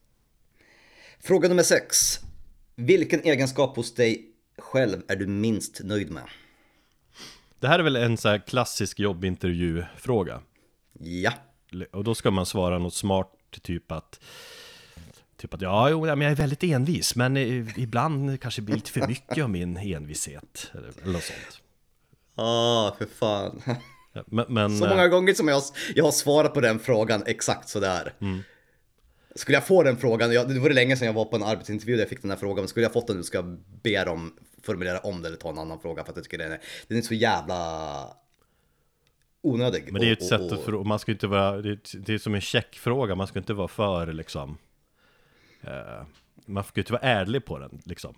Fråga nummer sex. Vilken egenskap hos dig själv är du minst nöjd med? Det här är väl en så här klassisk jobbintervjufråga. Ja. Och då ska man svara något smart, typ att typ att ja, jo, men jag är väldigt envis, men ibland kanske blir lite för mycket av min envishet eller, eller något sånt. Ja, ah, för fan. Ja, men, men, så många gånger som jag, jag har svarat på den frågan exakt sådär. Mm. Skulle jag få den frågan, jag, det var det länge sedan jag var på en arbetsintervju där jag fick den här frågan, men skulle jag fått den, du ska be dem formulera om det eller ta en annan fråga, för att jag tycker den är, den är så jävla onödig. Men det är ett och, sätt och, att fråga, man ska inte vara, det är, det är som en checkfråga, man ska inte vara för liksom uh, man ska inte vara ärlig på den liksom.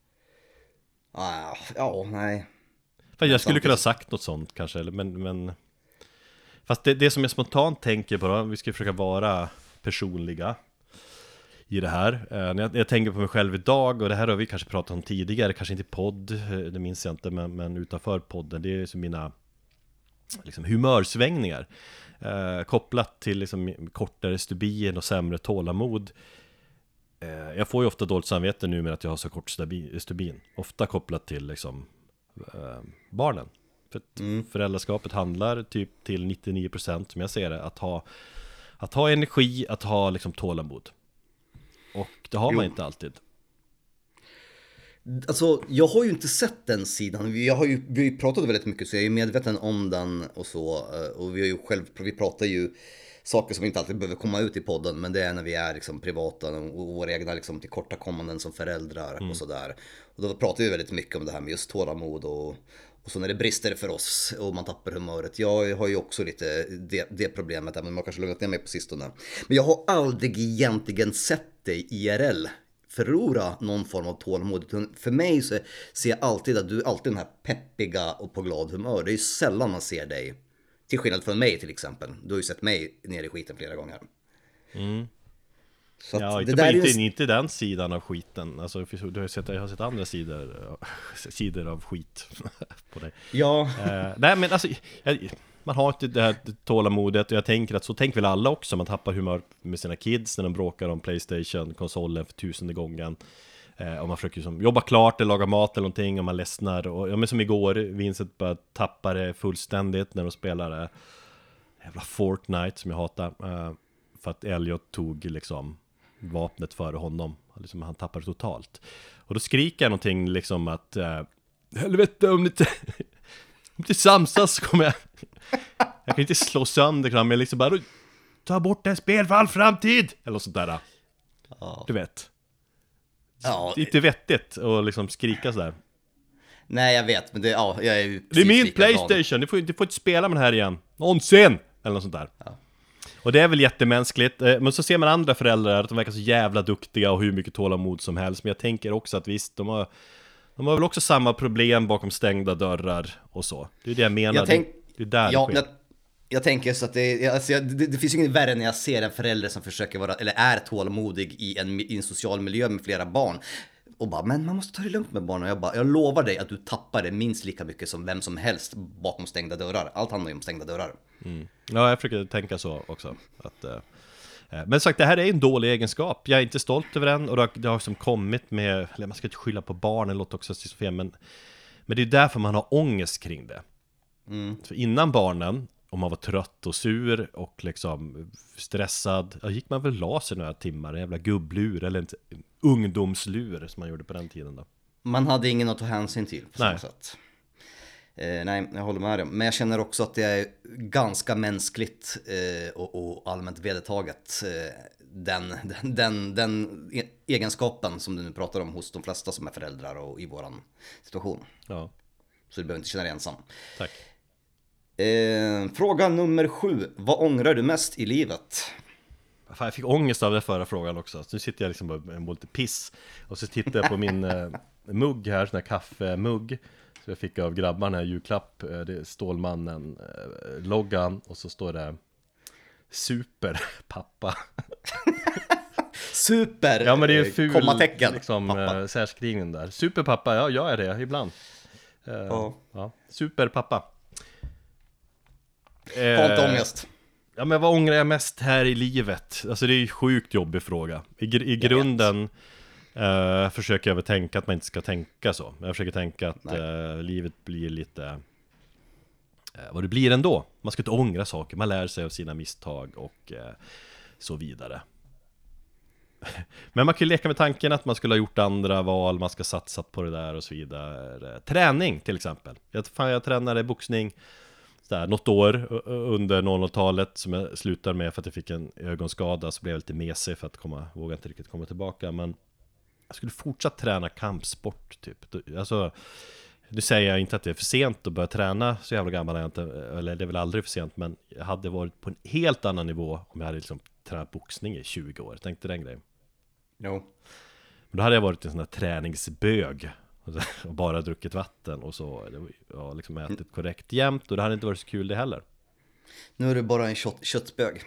Ah, ja, nej. För jag skulle kunna ha sagt något sånt kanske, men, men fast det, det som jag spontant tänker på då, vi ska försöka vara personliga i det här. När jag, jag tänker på mig själv idag, och det här har vi kanske pratat om tidigare, kanske inte i podd, det minns jag inte, men, men utanför podden, det är som mina liksom humörsvängningar eh, kopplat till liksom kortare stubin och sämre tålamod. Eh, jag får ju ofta dåligt samvete nu med att jag har så kort stubin, stubin. Ofta kopplat till liksom eh, barnen. För att mm. föräldraskapet handlar typ till nittionio procent, som jag ser det, att ha att ha energi, att ha liksom tålamod. Och det har man Jo. inte alltid. Alltså, jag har ju inte sett den sidan. Jag har ju, vi har ju pratat väldigt mycket, så jag är medveten om den och så. Och vi har ju själv, vi pratar ju saker som inte alltid behöver komma ut i podden, men det är när vi är liksom privata och våra egna liksom tillkortakommanden som föräldrar Mm. och sådär. Och då pratar vi väldigt mycket om det här med just tålamod och, och så när det brister för oss och man tappar humöret. Jag har ju också lite det, det problemet, även om man kanske lugnat ner mig på sistone. Men jag har aldrig egentligen sett dig I R L förlora någon form av tålamod. Utan för mig så ser jag alltid att du är alltid den här peppiga och på glad humör. Det är ju sällan man ser dig. Till skillnad från mig till exempel. Du har ju sett mig ner i skiten flera gånger. Mm. Så att Ja, det inte, där på, är inte, ju... inte den sidan av skiten. Alltså, du har ju sett, jag har sett andra sidor, sidor av skit på dig. Ja. Eh, nej men alltså, jag, man har inte det här tålamodet. Och jag tänker att så tänker väl alla också. Man tappar humör med sina kids när de bråkar om PlayStation-konsolen för tusende gången. Eh, och man försöker som, jobba klart eller laga mat eller någonting. Och man ledsnar. Och, ja, men som igår, Vincent bara tappade det fullständigt när de spelade jävla Fortnite som jag hatar. Eh, för att Elliot tog liksom vapnet före honom. Liksom, han tappade totalt. Och då skriker jag någonting liksom att eh, helvete om ni inte om inte samsas så kommer jag jag kan inte slå sönder men jag liksom bara ta bort det här spel för all framtid eller sånt där. Ja. Du vet. Ja. Det är inte vettigt att liksom skrika sådär. Nej, jag vet, men det, ja, jag är ju Det är min likadan. PlayStation, du får, du får inte spela med den här igen. Någonsin! Eller något sånt där. Ja. Och det är väl jättemänskligt. Men så ser man andra föräldrar att de verkar så jävla duktiga och hur mycket tålamod som helst. Men jag tänker också att visst, de har, de har väl också samma problem bakom stängda dörrar och så. Det är det jag menar. Jag tänk... det, det är där ja, det sker. jag, jag tänker så att det, alltså, jag, det, det finns ju inget värre när jag ser en förälder som försöker vara, eller är tålmodig i en, i en social miljö med flera barn. Och bara, men man måste ta det lugnt med barnen. Jag bara, jag lovar dig att du tappar det minst lika mycket som vem som helst bakom stängda dörrar. Allt handlar ju om stängda dörrar. Mm. Ja, jag försöker tänka så också. Att, eh, men sagt, det här är en dålig egenskap. Jag är inte stolt över den. Och det har, det har som kommit med, eller man ska inte skylla på barnen, låter också fel, men, men det är därför man har ångest kring det. Mm. För innan barnen, om man var trött och sur och liksom stressad, då gick man väl la sig några timmar, en jävla gubblur eller en ungdomslur som man gjorde på den tiden då. Man hade ingen att ta hänsyn till på samma Nej. sätt. Eh, nej, jag håller med dig. Men jag känner också att det är ganska mänskligt eh, och, och allmänt vedertaget. Eh, den, den, den, den e- egenskapen som du nu pratar om hos de flesta som är föräldrar och i våran situation. Ja, Så du behöver inte känna dig ensam. tack. Eh, fråga nummer sju. Vad ångrar du mest i livet? Fan, jag fick ångest av den förra frågan också. Så nu sitter jag liksom bara med lite piss. Och så tittar jag på min eh, mugg här, sån här kaffemugg. Så jag fick av grabbarna en julklapp. Eh, det är Stålmannen eh, loggan. Och så står det Super pappa. Super! Ja, men det är eh, en ful kommatecken. liksom, Pappa. eh, särskrivning där. Super pappa, ja jag är det ibland. Eh, Ja. ja. Super pappa. Har inte Eh, ångest. Ja, men vad ångrar jag mest här i livet? Alltså det är ju en sjukt jobbig fråga. I, gr- i grunden eh, försöker jag väl tänka att man inte ska tänka så. Jag försöker tänka att eh, livet blir lite eh, vad det blir ändå. Man ska inte ångra saker, man lär sig av sina misstag och eh, så vidare. Men man kan ju leka med tanken att man skulle ha gjort andra val, man ska satsat på det där och så vidare. Träning till exempel. Jag, fan, jag tränade boxning där, något år under noll noll-talet som jag slutade med för att jag fick en ögonskada, så blev jag lite mesig för att komma, våga inte riktigt komma tillbaka. Men jag skulle fortsatt träna kampsport typ. Alltså, nu säger jag inte att det är för sent att börja träna, så jävla gammal är jag inte, eller det är väl aldrig för sent, men jag hade varit på en helt annan nivå om jag hade liksom tränat boxning i tjugo år. Tänkte den grejen. Jo. Men då hade jag varit en sån här träningsbög och bara druckit vatten och så, ja, liksom ätit korrekt jämt, och det hade inte varit så kul det heller. Nu är det bara en kött, köttbög.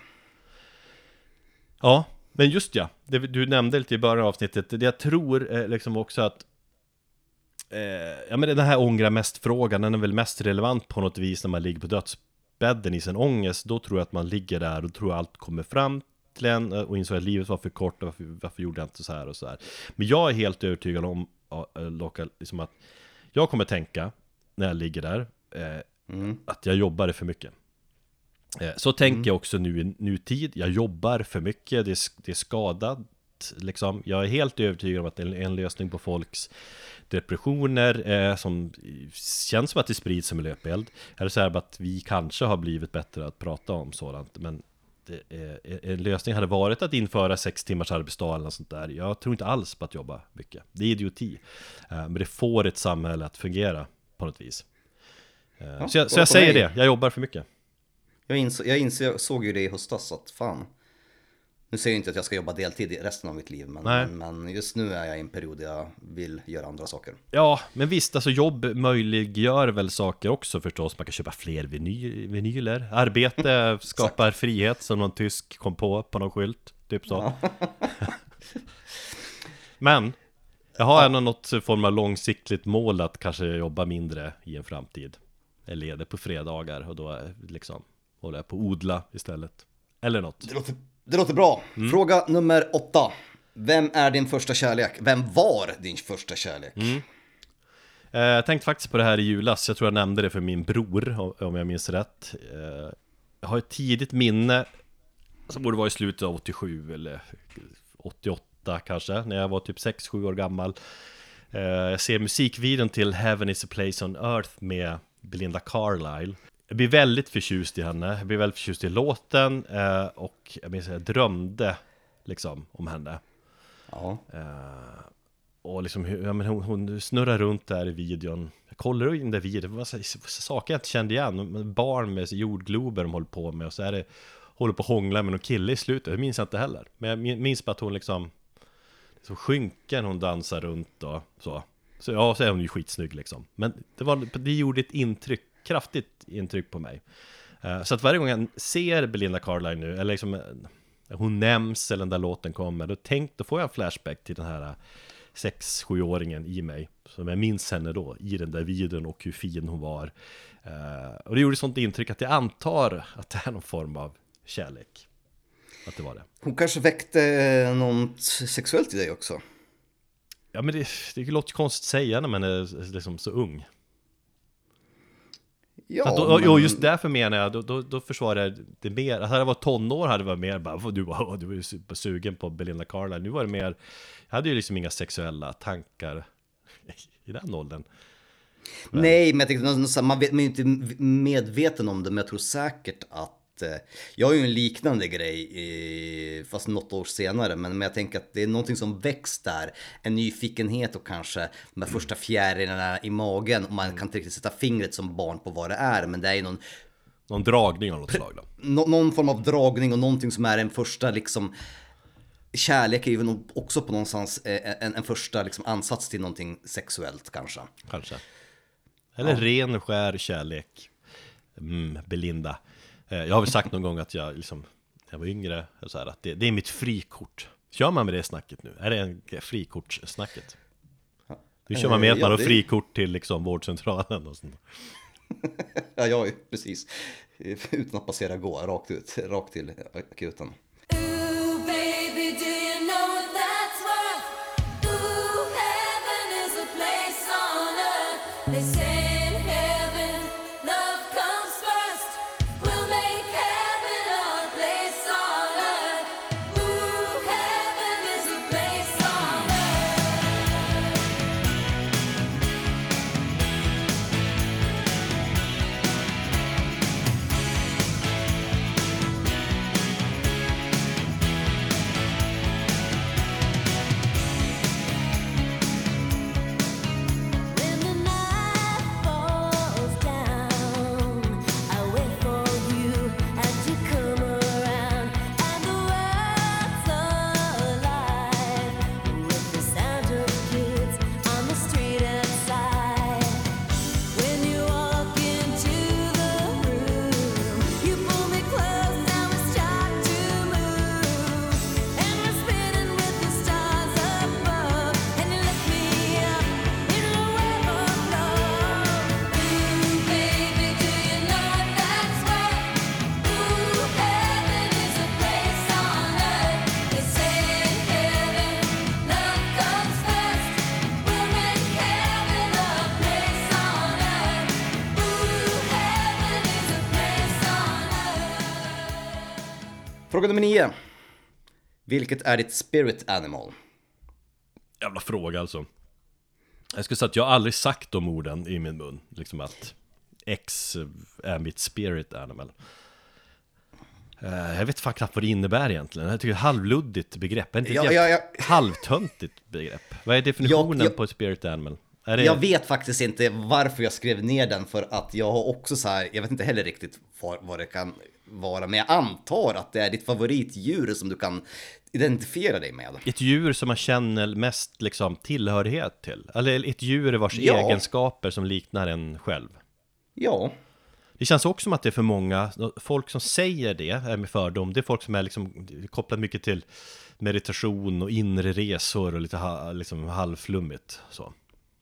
Ja, men just ja, det du nämnde lite i början av avsnittet, det jag tror eh, liksom också att eh, ja, men den här ångra mest-frågan, den är väl mest relevant på något vis när man ligger på dödsbädden i sin ångest. Då tror jag att man ligger där och tror allt kommer fram till en och insåg att livet var för kort och varför, varför gjorde jag inte så här och så här. Men jag är helt övertygad om Loka, liksom att jag kommer tänka när jag ligger där eh, Mm. att jag jobbade för mycket. Så tänker mm. jag också nu i nutid. Jag jobbar för mycket, det är, det är skadat liksom. Jag är helt övertygad om att det är en lösning på folks depressioner eh, som känns som att det sprids som en löpeld. Eller så här att vi kanske har blivit bättre att prata om sådant, men det är, en lösning hade varit att införa sex timmars arbetsdag eller något sånt där. Jag tror inte alls på att jobba mycket. Det är idioti. Eh, men det får ett samhälle att fungera på något vis. Eh, ja, så jag, så jag säger det, jag jobbar för mycket. Jag, insåg, jag, insåg, jag såg ju det i höstas att fan, nu säger jag inte att jag ska jobba deltid resten av mitt liv, men, men, men just nu är jag i en period där jag vill göra andra saker. Ja, men visst, alltså jobb möjliggör väl saker också förstås. Man kan köpa fler viny- vinyler. Arbete skapar frihet, som någon tysk kom på på någon skylt, typ så. Ja. Men jag har ändå något form av långsiktigt mål att kanske jobba mindre i en framtid. Jag leder på fredagar och då liksom håller jag på att odla istället. Eller något. Det låter, det låter bra. Mm. Fråga nummer åtta. Vem är din första kärlek? Vem var din första kärlek? Mm. Eh, jag tänkte faktiskt på det här i julas. Jag tror jag nämnde det för min bror, om jag minns rätt. Eh, jag har ett tidigt minne som borde vara i slutet av åttiosju eller åttioåtta kanske, när jag var typ sex sju år gammal. Eh, jag ser musikvideon till Heaven is a place on earth med Belinda Carlisle. Jag blir väldigt förtjust i henne. Jag blir väldigt förtjust i låten. Eh, och jag minns att jag drömde liksom om henne. Ja. Eh, och liksom, ja, men hon, hon snurrar runt där i videon. Jag kollar in där videon. Det var så, så, saker jag inte kände igen. Barn med jordglober de håller på med. Och så är det, håller på att hångla med någon kille i slutet. Det minns jag inte heller. Men jag minns bara att hon liksom, så skynken hon dansar runt och så. Så ja, så är hon ju skitsnygg liksom. Men det, var, det gjorde ett intryck, kraftigt intryck på mig. Uh, så att varje gång jag ser Belinda Carlisle nu, eller liksom uh, hon nämns eller den där låten kommer, då, tänk, då får jag en flashback till den här uh, sex sju-åringen i mig. Som jag minns henne då, i den där videon och hur fin hon var. Uh, och det gjorde sånt intryck att jag antar att det är någon form av kärlek. Att det var det. Hon kanske väckte något sexuellt i dig också. Ja, men det, det låter konstigt att säga när man är liksom så ung. Ja, att då, men... Och just därför menar jag, då, då, då försvarar jag det mer. Att hade jag varit tonår hade det varit mer bara, du var, du var ju supersugen på Belinda Carlisle. Nu var det mer, jag hade ju liksom inga sexuella tankar i den åldern. Men... Nej, men jag tänkte, man är ju inte medveten om det, men jag tror säkert att jag har ju en liknande grej, fast något år senare, men jag tänker att det är någonting som väcks där, en nyfikenhet och kanske de här första fjärilarna i magen, och man kan inte riktigt sätta fingret som barn på vad det är, men det är någon någon dragning av något slag då. Nå- någon form av dragning och någonting som är en första liksom, kärlek är ju också på någonstans en, en första liksom ansats till någonting sexuellt kanske. Kanske. Eller ja. Ren och skär kärlek. Mm, Belinda. Jag har väl sagt någon gång att jag liksom, jag var yngre, så här, att det, det är mitt frikort. Kör man med det snacket nu? Är det en frikortssnacket? Nu kör man med att man har frikort till liksom vårdcentralen och sånt. Ja, ja, precis. Utan att passera gå, rakt ut, rakt till akuten. Ooh, baby, do you know what that's worth? Ooh, heaven is a place on earth. They say Fråga nummer nio. Vilket är ditt spirit animal? Jävla fråga alltså. Jag skulle säga att jag har aldrig sagt de orden i min mun. Liksom att X är mitt spirit animal. Jag vet fan knappt vad det innebär egentligen. Jag tycker det är ett halvluddigt begrepp. Är det Ja, inte ja, ett ja. halvtöntigt begrepp? Vad är definitionen Ja, ja. på ett spirit animal? Är det... Jag vet faktiskt inte varför jag skrev ner den, för att jag har också så här, jag vet inte heller riktigt vad, vad det kan vara, men jag antar att det är ditt favoritdjur som du kan identifiera dig med. Ett djur som man känner mest liksom tillhörighet till. Eller ett djur vars Ja. egenskaper som liknar en själv. Ja, Det känns också som att det är för många, folk som säger det är med fördom, det är folk som är liksom kopplat mycket till meditation och inre resor och lite ha, liksom halvflummigt så.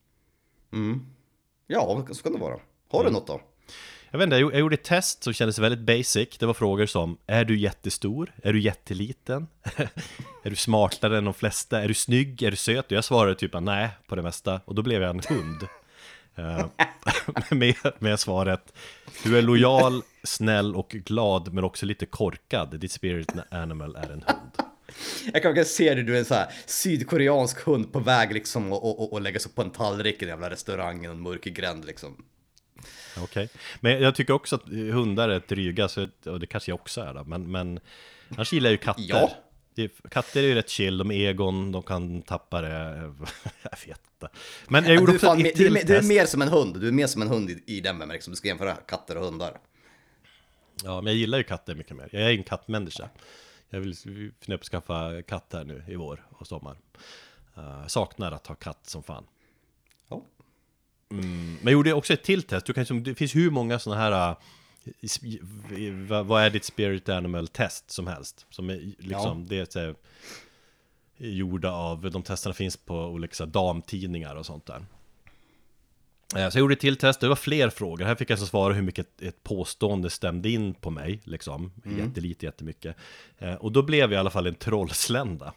ja, så kan det vara. Har du något då? Jag vet inte, jag gjorde ett test som kändes väldigt basic. Det var frågor som: är du jättestor? Är du jätteliten? Är du smartare än de flesta? Är du snygg? Är du söt? Och jag svarade typ nej på det mesta. Och då blev jag en hund. uh, med, med svaret: du är lojal, snäll och glad, men också lite korkad. Ditt spirit animal är en hund. Jag kan se dig, du är en så här sydkoreansk hund på väg liksom och, och, och lägga sig på en tallrik i den jävla restaurangen, en mörk gränd liksom. Okej, okay. Men jag tycker också att hundar är dryga, så, och det kanske jag också är då, men, men annars gillar ju katter. Ja. Det, katter är ju rätt chill, de är egon, de kan tappa det. Jag vet inte. Men jag gjorde du, är också fan, ett du, är, till du är test. mer som en hund, du är mer som en hund i, i den bemärkelsen, du ska jämföra katter och hundar. Ja, men jag gillar ju katter mycket mer. Jag är en kattmänniska. Jag vill funderar på att skaffa katt här nu i vår och sommar. uh, Saknar att ha katt som fan. Ja. Mm, men jag gjorde också ett till test. Du kan, liksom, det finns hur många sådana här uh, vad är ditt spirit animal test som helst, som är liksom, ja. Det är så här, gjorda av, de testerna finns på olika så här, damtidningar och sånt där. Så jag gjorde ett till test, det var fler frågor. Här fick jag så svara hur mycket ett påstående stämde in på mig liksom, mm. jättelite, jättemycket. Och då blev jag i alla fall en trollslända.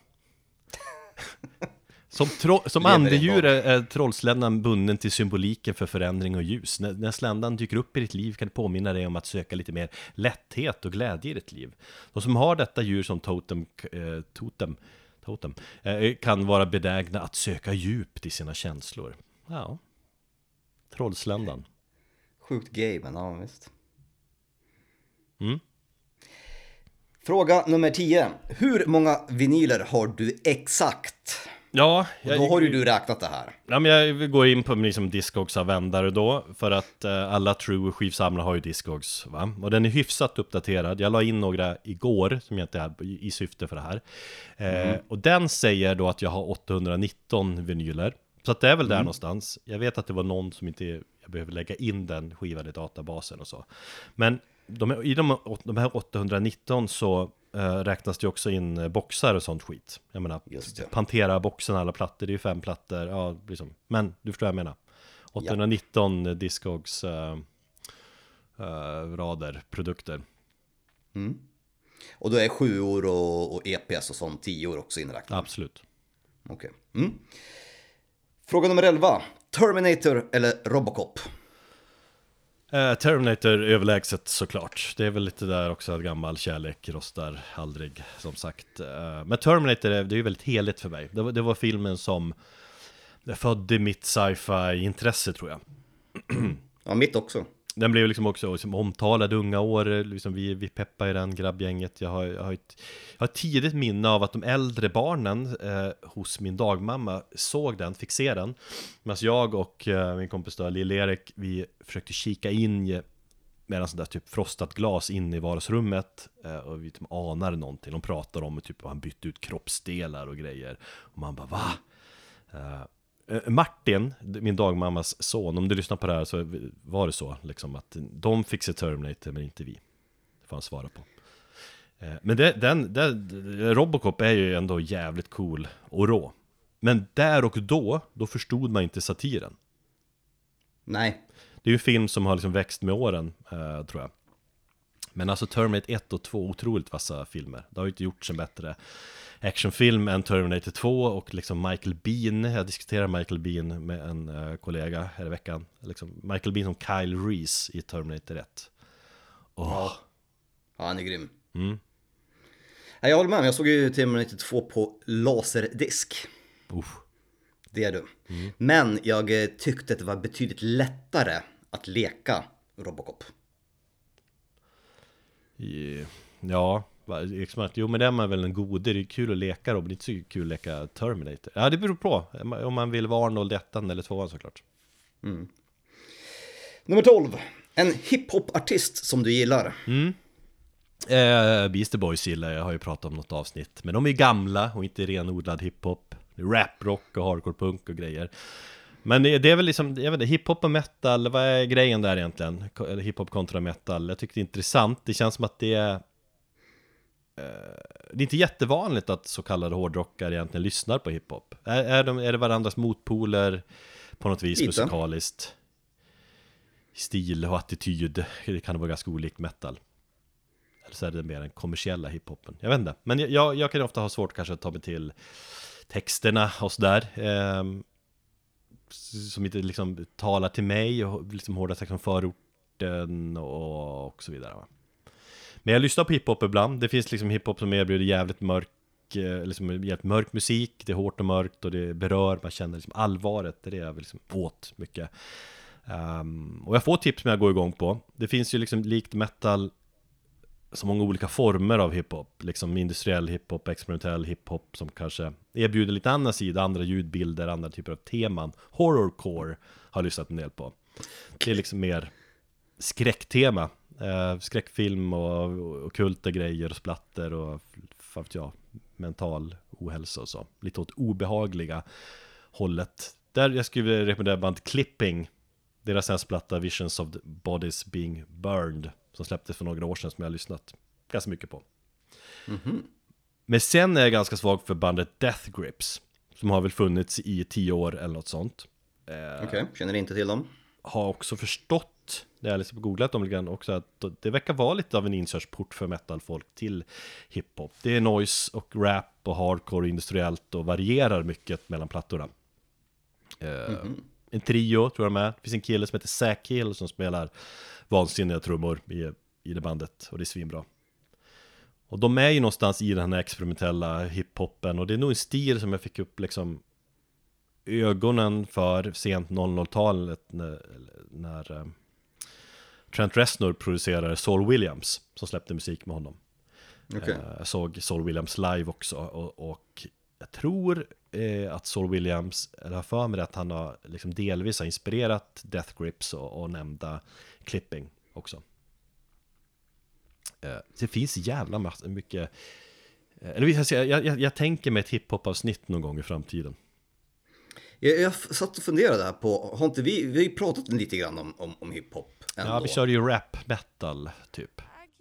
Som, tro- som andedjur är, är trollsländan bunden till symboliken för förändring och ljus. När, när sländan dyker upp i ditt liv kan det påminna dig om att söka lite mer lätthet och glädje i ditt liv. De som har detta djur som totem, eh, totem, totem eh, kan vara benägna att söka djupt i sina känslor. Ja, trollsländan. Sjukt gay, men ja visst. Mm. Fråga nummer tio. Hur många vinyler har du exakt? Ja, jag, då har ju du räknat det här. Ja, men jag går in på liksom Discogs-användare då, för att eh, alla true skivsamlare har ju Discogs, va? Och den är hyfsat uppdaterad. Jag la in några igår som jag inte är i syfte för det här. Eh, mm. Och den säger då att jag har åttahundranitton vinyler. Så att det är väl där mm. någonstans. Jag vet att det var någon som inte, jag behöver lägga in den skivan i databasen och så. Men de, i de, de här åttahundranitton så äh, räknas det också in boxar och sånt skit. Jag menar, Pantera-boxen, alla plattor, det är ju fem plattor. Ja, liksom. Men du förstår vad jag menar. åttahundranitton ja. Discogs äh, äh, rader, produkter. Mm. Och då är sju år och, och E P S och sånt tio år också inräknat? Absolut. Okej. Okay. Mm. Fråga nummer elva. Terminator eller Robocop? Uh, Terminator överlägset såklart. Det är väl lite där också att gammal kärlek rostar aldrig, som sagt. Uh, men Terminator är, det är ju väldigt heligt för mig. Det var, det var filmen som födde mitt sci-fi-intresse, tror jag. Ja, mitt också. Den blev liksom också liksom omtalad unga år, liksom vi, vi peppar i den grabbgänget. Jag har, jag, har ett, jag har ett tidigt minne av att de äldre barnen eh, hos min dagmamma såg den, fick se den. Medan jag och eh, min kompis då, Lill-Erik, vi försökte kika in med en sån där typ frostat glas in i vardagsrummet. Eh, och vi typ anade någonting. De pratade om typ, att han bytte ut kroppsdelar och grejer. Och man bara, va? Eh, Martin, min dagmammas son, om du lyssnar på det här så var det så liksom att de fick se Terminator men inte vi. Det får han svara på. Men det, den, det, Robocop är ju ändå jävligt cool och rå. Men där och då, då förstod man inte satiren. Nej. Det är ju en film som har liksom växt med åren, eh, tror jag. Men alltså Terminator ett och två, otroligt vassa filmer. Det har ju inte gjorts en bättre actionfilm än Terminator två. Och liksom Michael Biehn, jag diskuterar Michael Biehn med en uh, kollega här i veckan. Liksom Michael Biehn som Kyle Reese i Terminator ett. Oh. Ja. Ja, han är grym. Mm. Ja, jag håller med, jag såg ju Terminator två på laserdisk. Uff. Det är du. Mm. Men jag eh, tyckte att det var betydligt lättare att leka Robocop. Ja, jo men det är man väl en god. Det är kul att leka Robin, det är inte så kul att leka Terminator. Ja, det beror på om man vill vara Arnold ett eller två såklart. Mm. Nummer tolv. En hiphop-artist som du gillar. Mm. eh, Beastie Boys gillar jag, har ju pratat om något avsnitt. Men de är gamla och inte renodlad hiphop. Rap, rock och hardcore punk och grejer. Men det är väl liksom, jag vet inte, hiphop och metal, vad är grejen där egentligen? Hiphop kontra metal, jag tycker det är intressant. Det känns som att det är eh, det är inte jättevanligt att så kallade hårdrockare egentligen lyssnar på hiphop. Är, är, de, är det varandras motpoler på något vis? Lite musikaliskt? Stil och attityd, det kan vara ganska olikt metal. Eller så är det mer den kommersiella hiphopen. Jag vet inte, men jag, jag kan ofta ha svårt kanske att ta mig till texterna och sådär. Eh, som inte liksom talar till mig och liksom hårda sex om förorten och, och så vidare, va? Men jag lyssnar på hiphop ibland. Det finns liksom hiphop som erbjuder jävligt mörk liksom jävligt mörk musik. Det är hårt och mörkt och det berör, man känner liksom allvaret. Det är det jag liksom åt mycket. Um, och jag får tips som jag går igång på. Det finns ju liksom likt metal så många olika former av hiphop, liksom industriell hiphop, experimentell hiphop som kanske erbjuder lite annan sida, andra ljudbilder, andra typer av teman. Horrorcore har jag lyssnat en del på. Det är liksom mer skräcktema, eh, skräckfilm och, och, och kulta grejer och splatter och för att ja, mental ohälsa och så. Lite åt obehagliga hållet. Där jag skulle rekommendera band Clipping. Deras senaste platta Visions of the Bodies Being Burned som släpptes för några år sedan, som jag har lyssnat ganska mycket på. Mm-hmm. Men sen är jag ganska svag för bandet Death Grips, som har väl funnits i tio år eller något sånt. eh, Okej, okay. Känner inte till dem. Har också förstått, när jag liksom googlat dem lite grann också, att det verkar vara lite av en inkörsport för metalfolk till hiphop. Det är noise och rap och hardcore och industriellt och varierar mycket mellan plattorna. eh, mm-hmm. En trio tror jag med. Det finns en kille som heter Zack Hill som spelar vansinniga trummor i, i det bandet. Och det är svinbra. Och de är ju någonstans i den här experimentella hiphopen. Och det är nog en stil som jag fick upp liksom ögonen för sent noll noll-talet. När, när uh, Trent Reznor producerade Saul Williams, som släppte musik med honom. Okay. uh, Jag såg Saul Williams live också. Och, och jag tror eh, att Saul Williams, eller har för mig att han har liksom delvis har inspirerat Death Grips och, och nämnda Clipping också. Eh, det finns jävla massa, mycket. Eh, eller jag, jag, jag tänker mig ett hiphop-avsnitt någon gång i framtiden. Jag, jag satt och funderade här på, har inte vi, vi har ju pratat lite grann om, om, om hiphop ändå. Ja, vi kör ju rap metal typ.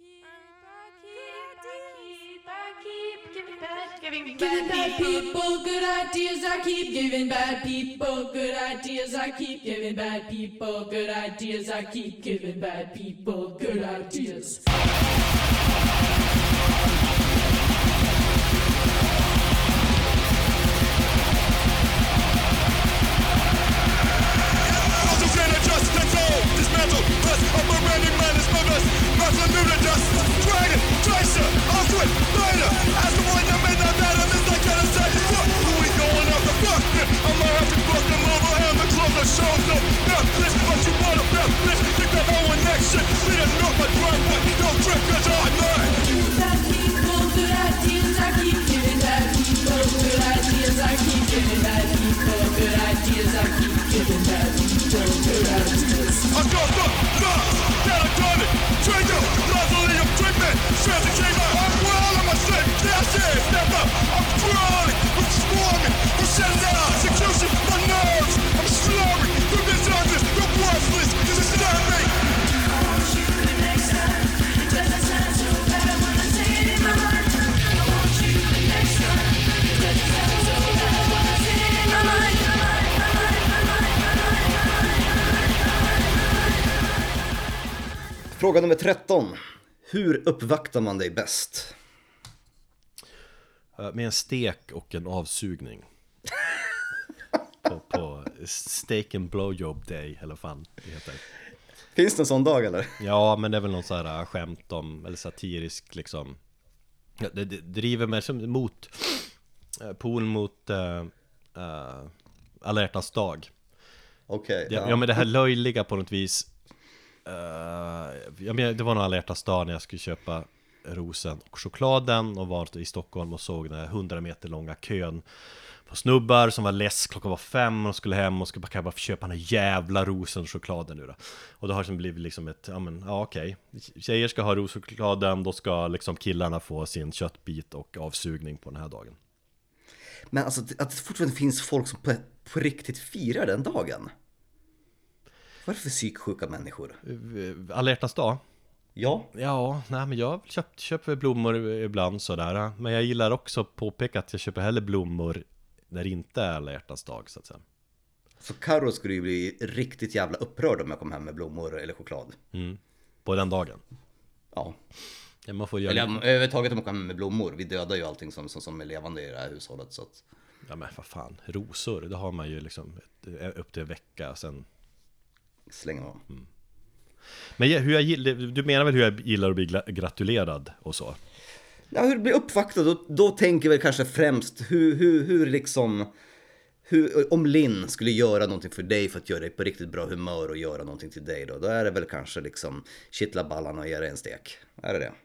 Giving bad people good ideas, I keep giving bad people good ideas, I keep giving bad people good ideas, I keep giving bad people good ideas. Fråga nummer tretton. Hur uppvaktar man dig bäst? Med en stek och en avsugning. på, på steak and blowjob day, eller fan det heter. Finns det en sån dag eller? Ja, men det är väl någon så här skämt om, eller satirisk liksom Ja, det, det driver mig som mot eh, pol mot uh, uh, alla hjärtans dag. Okej. Ja, ja. ja men det här löjliga på något vis. uh, ja, men Det var nog alla hjärtans dag när jag skulle köpa rosen och chokladen och var i Stockholm och såg den här hundra meter långa kön på snubbar som var less, klockan var fem och skulle hem och skulle bara, kan jag bara köpa den här jävla rosen och chokladen nu då. Och då har det blivit liksom ett, ja men, ja okej, tjejer ska ha ros och chokladen, då ska liksom killarna få sin köttbit och avsugning på den här dagen. Men alltså att det fortfarande finns folk som på, på riktigt firar den dagen. Vad är det för psyksjuka människor? Alla hjärtans dag? Ja. Ja, nej men jag köpt, köper blommor ibland sådär. Men jag gillar också att påpeka att jag köper hellre blommor när det inte är alla hjärtans dag så att säga. Så Karo skulle ju bli riktigt jävla upprörd om jag kom hem med blommor eller choklad. Mm. På den dagen. Ja. Ja, man får göra... Eller överhuvudtaget om man kommer hem med blommor. Vi dödar ju allting som, som, som är levande i det här hushållet så att... Ja men vad fan, rosor, det har man ju liksom ett, upp till en vecka sen. Slänger man. Mm. Men jag, hur jag gillar, du menar väl hur jag gillar att bli gratulerad och så? Ja, hur det blir uppvaktad, då, då tänker vi kanske främst hur, hur, hur liksom... Hur, om Linn skulle göra någonting för dig för att göra dig på riktigt bra humör och göra någonting till dig då, då är det väl kanske liksom kittla ballarna och ge dig en stek. Är det det?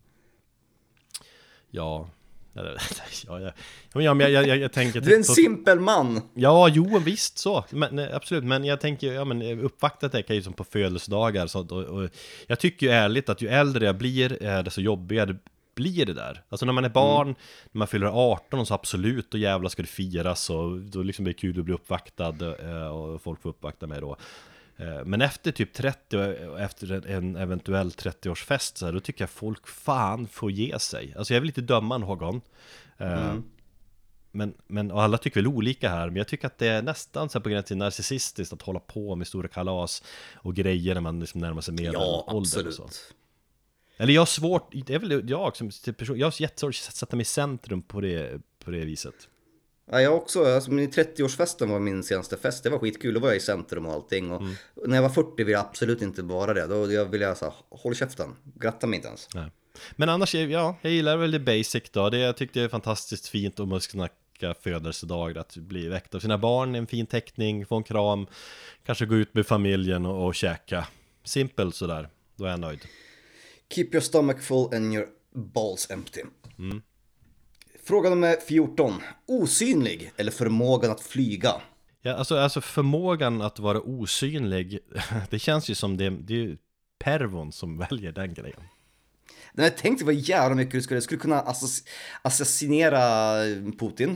Ja, ja, ja, ja, men jag, jag, jag tänker... Du är en på, simpel man! Ja, jo, visst så, men, nej, absolut, men jag tänker, ja men uppvaktat det kan ju som på födelsedagar så, och, och jag tycker ju ärligt att ju äldre jag blir är det så jobbigare blir det där. Alltså när man är barn, mm. när man fyller arton och så absolut, då jävla ska det firas och då liksom blir det kul att bli uppvaktad och folk får uppvakta mig då. Men efter typ trettio och efter en eventuell trettioårsfest så här, då tycker jag folk fan får ge sig. Alltså jag är väl lite döma någon. Mm. Men, men och alla tycker väl olika här, men jag tycker att det är nästan så här på gränsen till narcissistiskt att hålla på med stora kalas och grejer när man liksom närmar sig med ja, ålder absolut. Och så. Eller jag har svårt, det är väl jag som person, jag har jättesvårt att sätta mig i centrum på det, på det viset. Ja, jag också, alltså min trettioårsfesten var min senaste fest, det var skitkul, då var jag i centrum och allting och mm. när jag var fyrtio ville jag absolut inte vara det, då jag ville jag säga, håll käften, gratta mig inte ens. Nej. Men annars, ja, jag gillar väl det basic då, det jag tyckte det är fantastiskt fint om man ska snacka födelsedag, att bli väckt av sina barn, en fin teckning, få en kram, kanske gå ut med familjen och, och käka, simpelt sådär, då är jag nöjd. Keep your stomach full and your balls empty. Mm. Fråga nummer fjorton. Osynlig eller förmågan att flyga? Ja, alltså, alltså förmågan att vara osynlig, det känns ju som det, det är ju pervon som väljer den grejen. Den jag tänkte var jävla mycket du skulle, skulle kunna assass- assassinera Putin.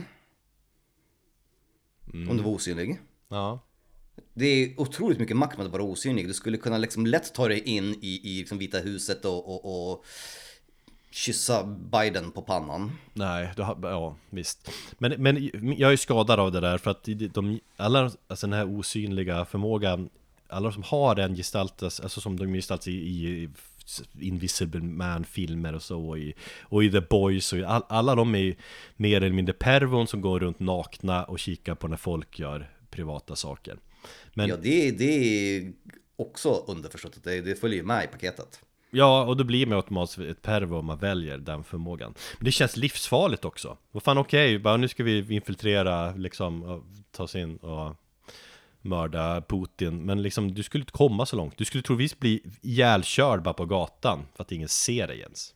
Mm. Om du var osynlig. Ja. Det är otroligt mycket makt med att vara osynlig. Du skulle kunna liksom lätt ta dig in i, i liksom Vita huset och, och, och kyssa Biden på pannan. Nej, du har, ja visst. Men, men jag är skadad av det där för att de, alla, alltså den här osynliga förmågan, alla som har den gestaltas, alltså som de gestaltas i, i Invisible Man-filmer och så och i, och i The Boys och i, all, alla de är mer eller mindre pervon som går runt nakna och kikar på när folk gör privata saker. Men, ja, det, det är också underförstått att det, det följer med i paketet. Ja, och då blir man automatiskt ett pervo om man väljer den förmågan. Men det känns livsfarligt också. Vad fan, okej, okay, bara nu ska vi infiltrera, liksom, och ta oss in och mörda Putin. Men liksom, du skulle inte komma så långt. Du skulle troligtvis bli ihjälkörd bara på gatan för att ingen ser dig ens.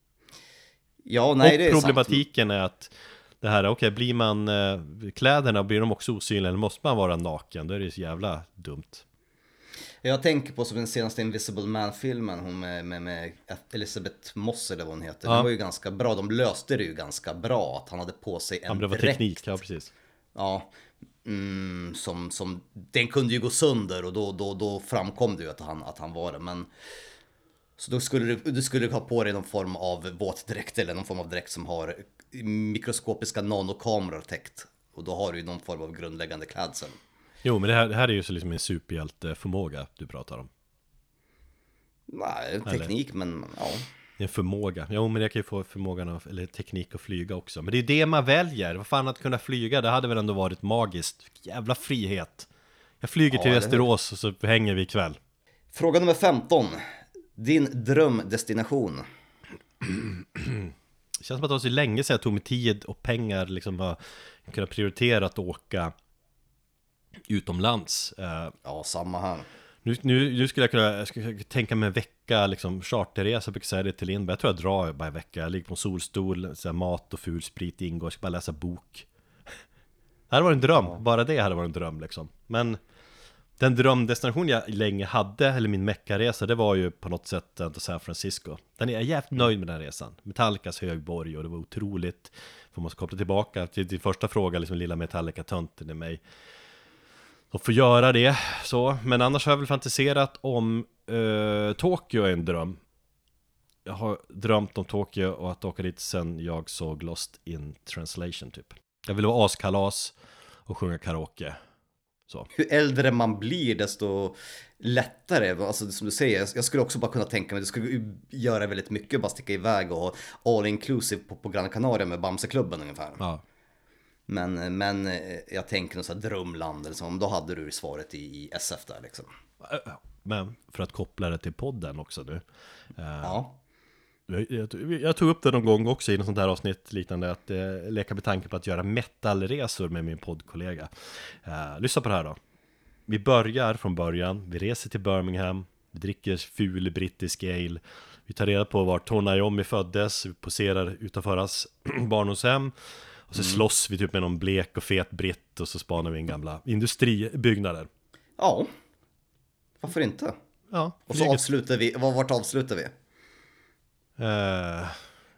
Ja, nej, och det är problematiken sant. är att det här, okej, okay, blir man eh, kläderna, blir de också osynliga eller måste man vara naken? Då är det så jävla dumt. Jag tänker på som den senaste Invisible Man-filmen, hon med, med, med Elisabeth Moss eller vad hon heter. Ja. Den var ju ganska bra, de löste det ju ganska bra, att han hade på sig en ja, det var dräkt. Teknik, ja precis. Ja, mm, som, som, den kunde ju gå sönder och då, då, då framkom det ju att han, att han var det, men så då skulle du, du skulle ha på dig någon form av våtdräkt eller någon form av dräkt som har mikroskopiska nanokameror täckt, och då har du ju någon form av grundläggande klädsel. Jo, men det här, det här är ju så liksom en superhjälteförmåga du pratar om. Nej, teknik, eller, men ja. En förmåga. Jo, men jag kan ju få förmågan av, eller teknik att flyga också. Men det är det man väljer. Vad fan, att kunna flyga, det hade väl ändå varit magiskt. Jävla frihet. Jag flyger ja, till Västerås och så hänger vi ikväll. Fråga nummer femton. Din drömdestination. känns som att det var så länge sedan jag tog mig tid och pengar liksom att kunna prioritera att åka utomlands. Uh, Ja, samma här. Nu, nu, nu skulle jag kunna jag skulle tänka mig en vecka liksom, charterresa, jag brukar säga det till Lindberg. Jag tror jag drar bara en vecka, jag ligger på en solstol, så här, mat och ful sprit ingår, jag ska bara läsa bok. Det hade varit en dröm, ja. Bara det hade varit en dröm liksom. Men den drömdestination jag länge hade, eller min Mecca-resa, det var ju på något sätt till San Francisco. Den är jag jävligt nöjd med den här resan. Metallicas högborg, och det var otroligt. För man ska koppla tillbaka till din första fråga, liksom lilla Metallica-tönten i mig. Och få göra det så. Men annars har jag väl fantiserat om uh, Tokyo är en dröm. Jag har drömt om Tokyo och att åka dit sen jag såg Lost in Translation typ. Jag vill vara askalas och sjunga karaoke. Så. Hur äldre man blir desto lättare, alltså som du säger, jag skulle också bara kunna tänka mig, det skulle göra väldigt mycket, bara sticka iväg och all inclusive på, på Gran Canaria med Bamseklubben ungefär. Ja. Men, men jag tänker något så här drömland eller så, då hade du svaret i, i S F där liksom. Men för att koppla det till podden också nu. Ja. Jag, jag, jag tog upp det någon gång också i något sånt här avsnitt liknande, att eh, leka med tanke på att göra metalresor med min poddkollega. Eh, lyssna på det här då. Vi börjar från början, vi reser till Birmingham, vi dricker ful brittisk ale, vi tar reda på var Tony Iommi föddes, vi poserar utanför hans barndomshem, och så mm. slåss vi typ med någon blek och fet britt, och så spanar vi in gamla industribyggnader. Ja, varför inte? Ja, och så avslutar vi, vart avslutar vi? Uh,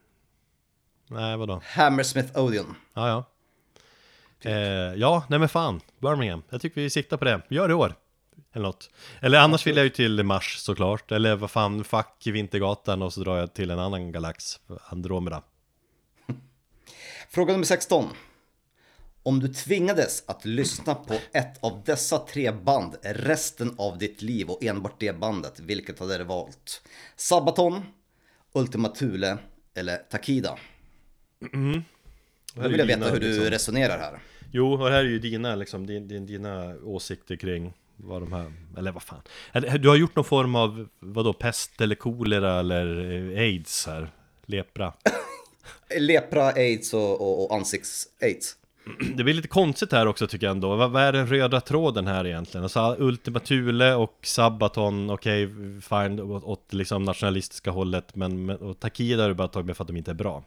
nej, vadå? Hammersmith Odeon. Ja, ja. Uh, ja, nej men fan, Birmingham. Jag tycker vi siktar på det. Gör det i år. Eller något. Eller annars vill jag ju till Mars såklart. Eller vad fan, fuck Vintergatan, och så drar jag till en annan galax, Andromeda. Fråga nummer sexton. Om du tvingades att lyssna på ett av dessa tre band resten av ditt liv och enbart det bandet, vilket hade du valt? Sabaton, Ultima Thule eller Takida? Mm. Då vill jag veta hur du liksom resonerar här. Jo, och det här är ju dina, liksom, din, din, dina åsikter kring vad de här, eller vad fan. Du har gjort någon form av, vadå, pest eller kolera eller aids här? Lepra? Lepra, aids och, och, och ansikts-aids. Det blir lite konstigt här också tycker jag ändå. Vad, vad är den röda tråden här egentligen? Alltså Ultima Thule och Sabaton, okej, okay, fine, åt, åt liksom nationalistiska hållet. Men och Takida har du bara tagit med för att de inte är bra.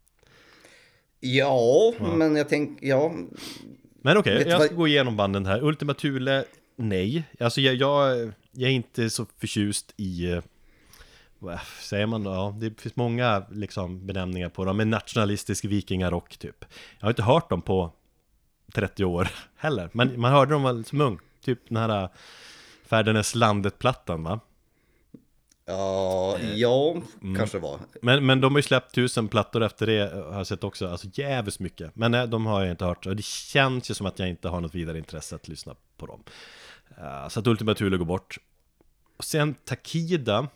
Ja, ja. men jag tänker, ja. Men okej, okay, jag ska vad... gå igenom banden här. Ultima Thule, nej. Alltså jag, jag, jag är inte så förtjust i, vad säger man då? Ja, det finns många liksom benämningar på dem. Men nationalistisk vikingarock typ. Jag har inte hört dem på trettio år heller. Men man hörde dem som ung. Typ den här Färdenes landet-plattan, va? Ja, ja mm. kanske det var. Men, men de har ju släppt tusen plattor efter det, har jag sett också. Alltså jävligt mycket. Men nej, de har jag inte hört. Och det känns ju som att jag inte har något vidare intresse att lyssna på dem. Uh, så att Ultima Thule går bort. Och sen Takida.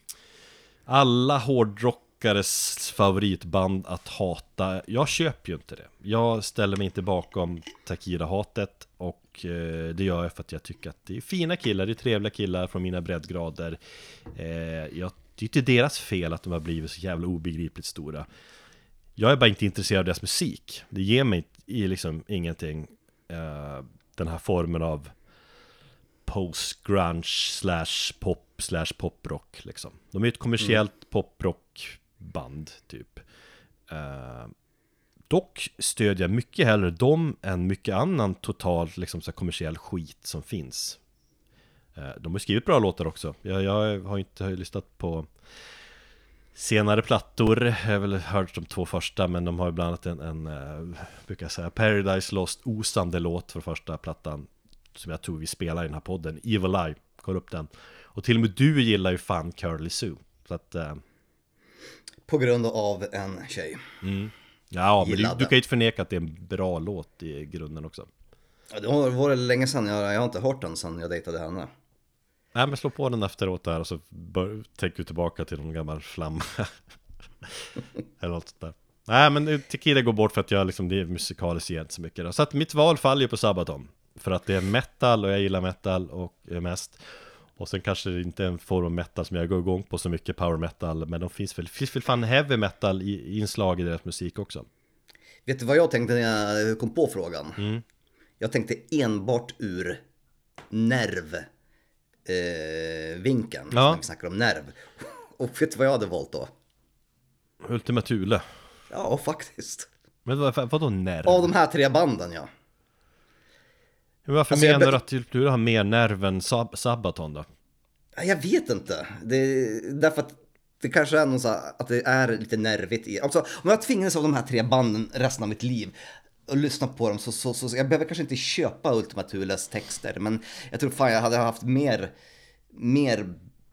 Alla hårdrockares favoritband att hata. Jag köper ju inte det. Jag ställer mig inte bakom Takida-hatet. Och eh, det gör jag för att jag tycker att det är fina killar. Det är trevliga killar från mina breddgrader. eh, jag, Det är inte deras fel att de har blivit så jävla obegripligt stora. Jag är bara inte intresserad av deras musik. Det ger mig i liksom ingenting. eh, Den här formen av post-grunge slash pop slash poprock liksom. De är ett kommersiellt mm. poprockband typ. uh, Dock stödjer jag mycket hellre dem än mycket annan totalt liksom, så kommersiell skit som finns. uh, De har skrivit bra låtar också. Jag, jag har inte lyssnat på senare plattor. Jag har väl hört de två första, men de har ju bland annat en, en uh, brukar jag säga, Paradise Lost osande låt för första plattan, som jag tror vi spelar i den här podden, Evil Eye, kolla upp den. Och till och med du gillar ju fan Curly Sue. Så att, uh... på grund av en tjej. Mm. Ja, men du, du kan ju inte förneka att det är en bra låt i grunden också. Ja, det har varit länge sedan, jag, jag har inte hört den sedan jag dejtade henne. Nej, men slå på den efteråt där och så bör, tänker du tillbaka till någon gammal flam. Eller något sånt där. Nej, men Takida går bort för att jag liksom, det är musikaliskt igen så mycket då. Så att mitt val faller ju på Sabaton. För att det är metal och jag gillar metal och mest. Och sen kanske det inte är en form av metal som jag går igång på så mycket, power metal, men de finns väl, finns väl fan heavy metal i inslag i deras musik också. Vet du vad jag tänkte när jag kom på frågan? Mm. Jag tänkte enbart ur nerv eh, vinkeln, Ja. när vi snackar om nerv. Och vet du vad jag hade valt då? Ultima Thule. Ja, faktiskt. Men vad, vadå nerv? Av de här tre banden, ja. Men varför Alltså, jag menar be- du att Ultima Thule har mer nerv än Sab- Sabaton då? Ja, jag vet inte. Det, därför att det kanske är någon så här, att det är lite nervigt i. Alltså, om jag tvingades av de här tre banden resten av mitt liv och lyssna på dem så, så, så, så jag behöver kanske inte köpa Ultima Thules texter, men jag tror fan jag hade haft mer, mer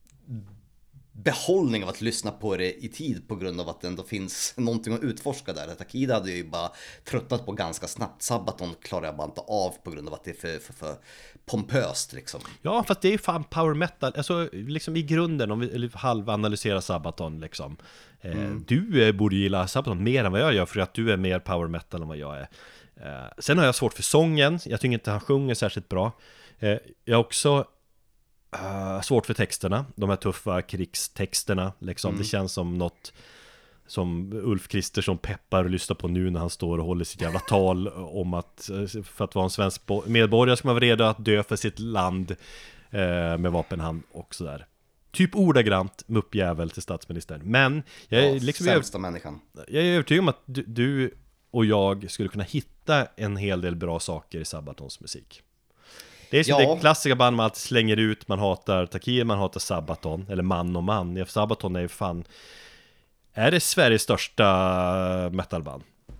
behållning av att lyssna på det i tid på grund av att det ändå finns någonting att utforska där. Takida hade jag ju bara tröttnat på ganska snabbt. Sabaton klarar jag bara inte av på grund av att det är för, för, för pompöst liksom. Ja, fast det är fan power metal. Alltså liksom i grunden, om vi halvanalyserar Sabaton liksom. Eh, mm. Du eh, borde gilla Sabaton mer än vad jag gör, för att du är mer power metal än vad jag är. Eh, sen har jag svårt för sången. Jag tycker inte han sjunger särskilt bra. Eh, jag har också uh, svårt för texterna. De här tuffa krigstexterna liksom. Mm. Det känns som något som Ulf Kristersson peppar och lyssnar på nu när han står och håller sitt jävla tal om att för att vara en svensk medborgare ska man vara redo att dö för sitt land eh, med vapenhand och sådär. Typ ordagrant muppjävel till statsministern. Men jag är, ja, liksom, sämsta människan. Jag är övertygad om att du, du och jag skulle kunna hitta en hel del bra saker i Sabatons musik. Det är som ja. det klassiska band man alltid slänger ut. Man hatar Takida, man hatar Sabaton. Eller man och man. Sabaton är ju fan... Är det Sveriges största metalband?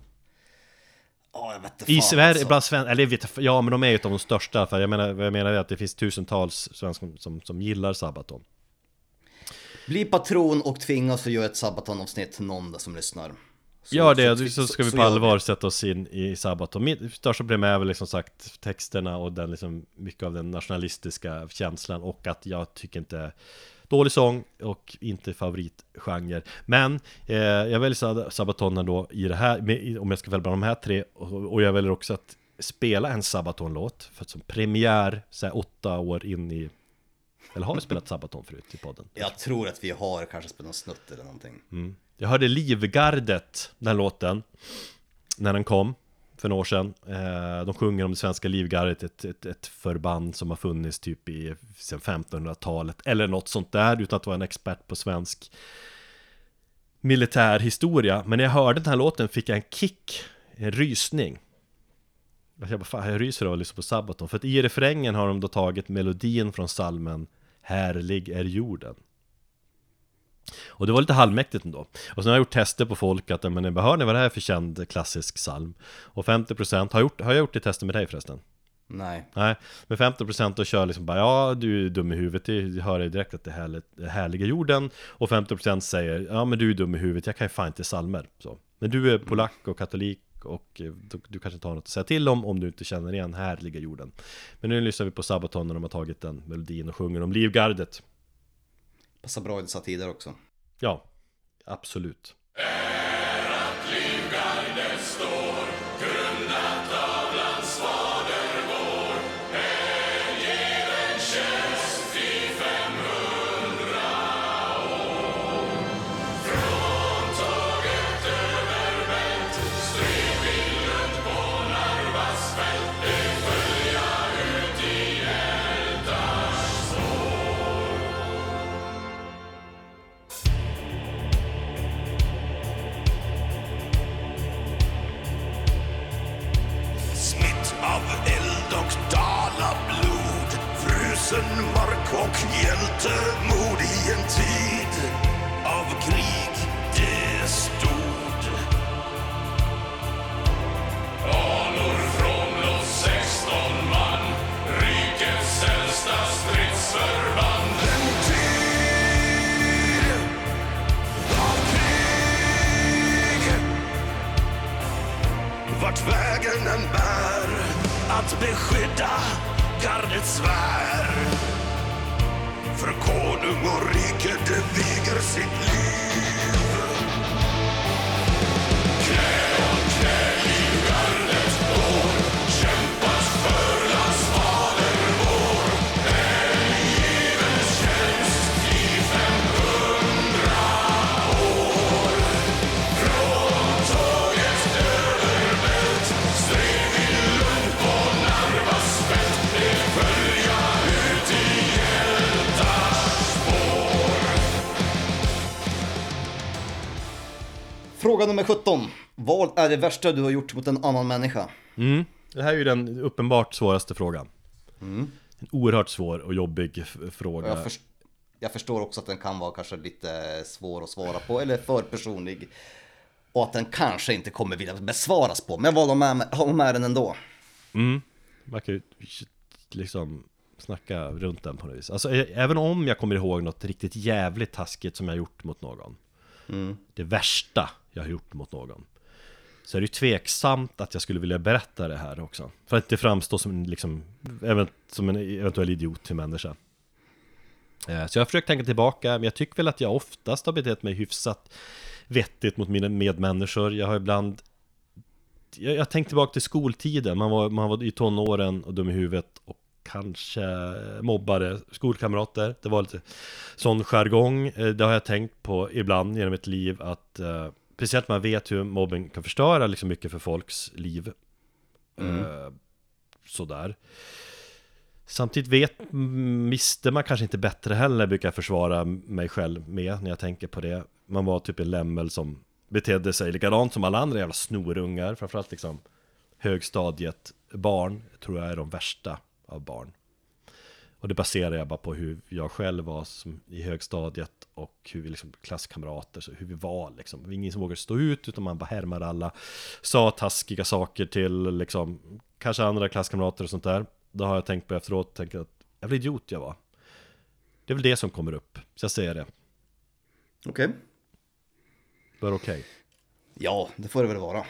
Ja, jag vet inte fan, i Sverige, alltså. bland sven- eller vet, ja, men de är ju ett av de största. För jag menar, jag menar att det finns tusentals svenskar som, som, som gillar Sabaton. Bli patron och tvinga oss att göra ett Sabaton-avsnitt någon där som lyssnar. Så, ja, det, så, så, så ska vi så på allvar vi. sätta oss in i Sabaton. Mitt största problem är väl liksom sagt texterna och den liksom, mycket av den nationalistiska känslan. Och att jag tycker inte... Dålig sång och inte favoritgenre. Men eh, jag väljer Sabaton då i det här, med, om jag ska välja bland de här tre. Och, och jag väljer också att spela en Sabaton-låt för att som premiär så här, åtta år in i... Eller har vi spelat Sabaton förut i podden? Jag tror att vi har kanske spelat en snutt eller någonting. Mm. Jag hörde Livgardet, den låten, när den kom för några år sedan. Eh, de sjunger om det svenska Livgardet, ett, ett, ett förband som har funnits typ i sen femtonhundratalet eller något sånt där, utan att vara en expert på svensk militärhistoria. Men när jag hörde den här låten fick jag en kick, en rysning. Jag bara, fan, jag ryser av att lyssna på Sabaton. För att i refrängen har de då tagit melodin från salmen Härlig är jorden. Och det var lite halvmäktigt ändå. Och sen har jag gjort tester på folk att, men hör ni vad det här är för känd klassisk psalm? Och femtio procent har, gjort, har jag gjort det tester med dig förresten? Nej. Nej, men femtio procent då kör liksom bara, ja du är dum i huvudet, det hör jag direkt att det är härligt, det härliga jorden. Och femtio procent säger, ja men du är dum i huvudet, jag kan ju fan inte psalmer. Så. Men du är polack och katolik och du, du kanske inte har något att säga till om om du inte känner igen härliga jorden. Men nu lyssnar vi på Sabaton när de har tagit den melodin och sjunger om Livgardet. Passar bra i dessa tider också. Ja, absolut. Är att Livgardet står grundat av landsfader vår. Hängiven tjänst i femhundra år. Fråntaget överbält, stred vi runt på Narvas fält. Det följa ut i eldars spår. Smitt av eld och dalablod, frusen mark och hjältemod i en tid av krig det stod. Anor från blott sexton man, rikets äldsta stridsförband. En tid av krig, vart vägen än bär, att beskydda gardets svär. För konung och rike det viger sitt liv. Knä och knä Livgardet går, kämpas för landsfader vår. Hängiven Fråga nummer sjutton. Vad är det värsta du har gjort mot en annan människa? Mm. Det här är ju den uppenbart svåraste frågan. Mm. En oerhört svår och jobbig f- fråga. Jag, först- jag förstår också att den kan vara kanske lite svår att svara på, eller för personlig. Och att den kanske inte kommer vilja besvaras på. Men jag valde med, med, ha med den ändå. Mm. Man kan ju liksom snacka runt den på något vis. Alltså ä- även om jag kommer ihåg något riktigt jävligt taskigt som jag gjort mot någon. Mm. Det värsta jag har gjort mot någon. Så är det ju tveksamt att jag skulle vilja berätta det här också. För att inte framstå som, liksom, event- som en eventuell idiot till människa. Eh, Så jag har försökt tänka tillbaka. Men jag tycker väl att jag oftast har betett mig hyfsat vettigt mot mina medmänniskor. Jag har ibland Jag, jag tänkte tillbaka till skoltiden. Man var, man var i tonåren och dum i huvudet och kanske mobbade skolkamrater. Det var lite sån jargong. Eh, Det har jag tänkt på ibland genom mitt liv. Att eh, speciellt man vet hur mobbing kan förstöra liksom mycket för folks liv. Mm. Eh, Sådär. Samtidigt vet, m- visste man kanske inte bättre heller, brukar jag försvara mig själv med när jag tänker på det. Man var typ en lämmel som betedde sig likadant som alla andra jävla snorungar. Framförallt liksom högstadiet barn tror jag är de värsta av barn. Och det baserar jag bara på hur jag själv var som i högstadiet och hur vi liksom klasskamrater, så hur vi var liksom. Det var ingen som vågade stå ut utan man bara härmade alla. Sa taskiga saker till liksom kanske andra klasskamrater och sånt där. Då har jag tänkt på efteråt, tänkt att jag blev idiot jag var. Det är väl det som kommer upp. Så jag säger det. Okej. Var okej. Ja, det får det väl vara.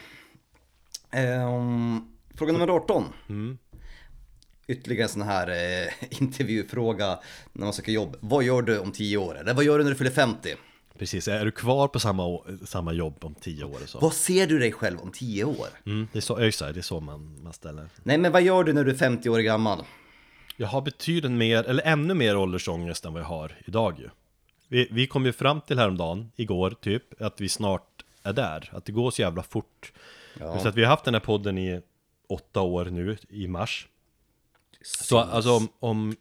Ehm, fråga nummer arton. Mm. Ytterligare en sån här eh, intervjufråga när man söker jobb. Vad gör du om tio år? Eller vad gör du när du fyller femtio? Precis, är du kvar på samma, å- samma jobb om tio år och så? Vad ser du dig själv om tio år? Mm, det är så, exakt, det är så man, man ställer. Nej, men vad gör du när du är femtio år gammal? Jag har betydligt mer, eller ännu mer åldersångest än vad jag har idag ju. Vi, vi kom ju fram till häromdagen, igår typ, att vi snart är där. Att det går så jävla fort. Ja. Så att vi har haft den här podden i åtta år nu, i mars. Så alltså om, om,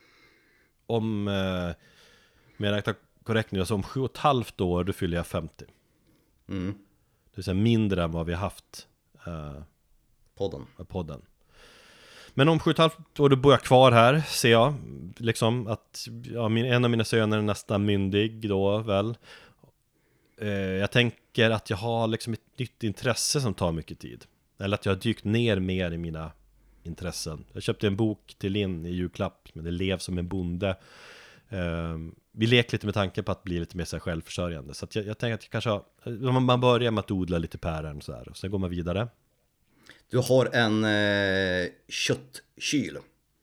om eh, om jag räknar korrekt nu, alltså om sju och ett halvt år, då fyller jag femtio. Mm. Det vill säga mindre än vad vi har haft eh, Podden. podden. Men om sju och ett halvt år, då bor jag kvar här, ser jag. Liksom att ja, min, en av mina söner är nästan myndig då väl. Eh, jag tänker att jag har liksom ett nytt intresse som tar mycket tid. Eller att jag har dykt ner mer i mina intressen. Jag köpte en bok till Linn i julklapp, men det lev som en bonde. Eh, vi leker lite med tanke på att bli lite mer så här självförsörjande. Så att jag, jag tänker att jag kanske har, man börjar med att odla lite päron så här, och sen går man vidare. Du har en eh, köttkyl.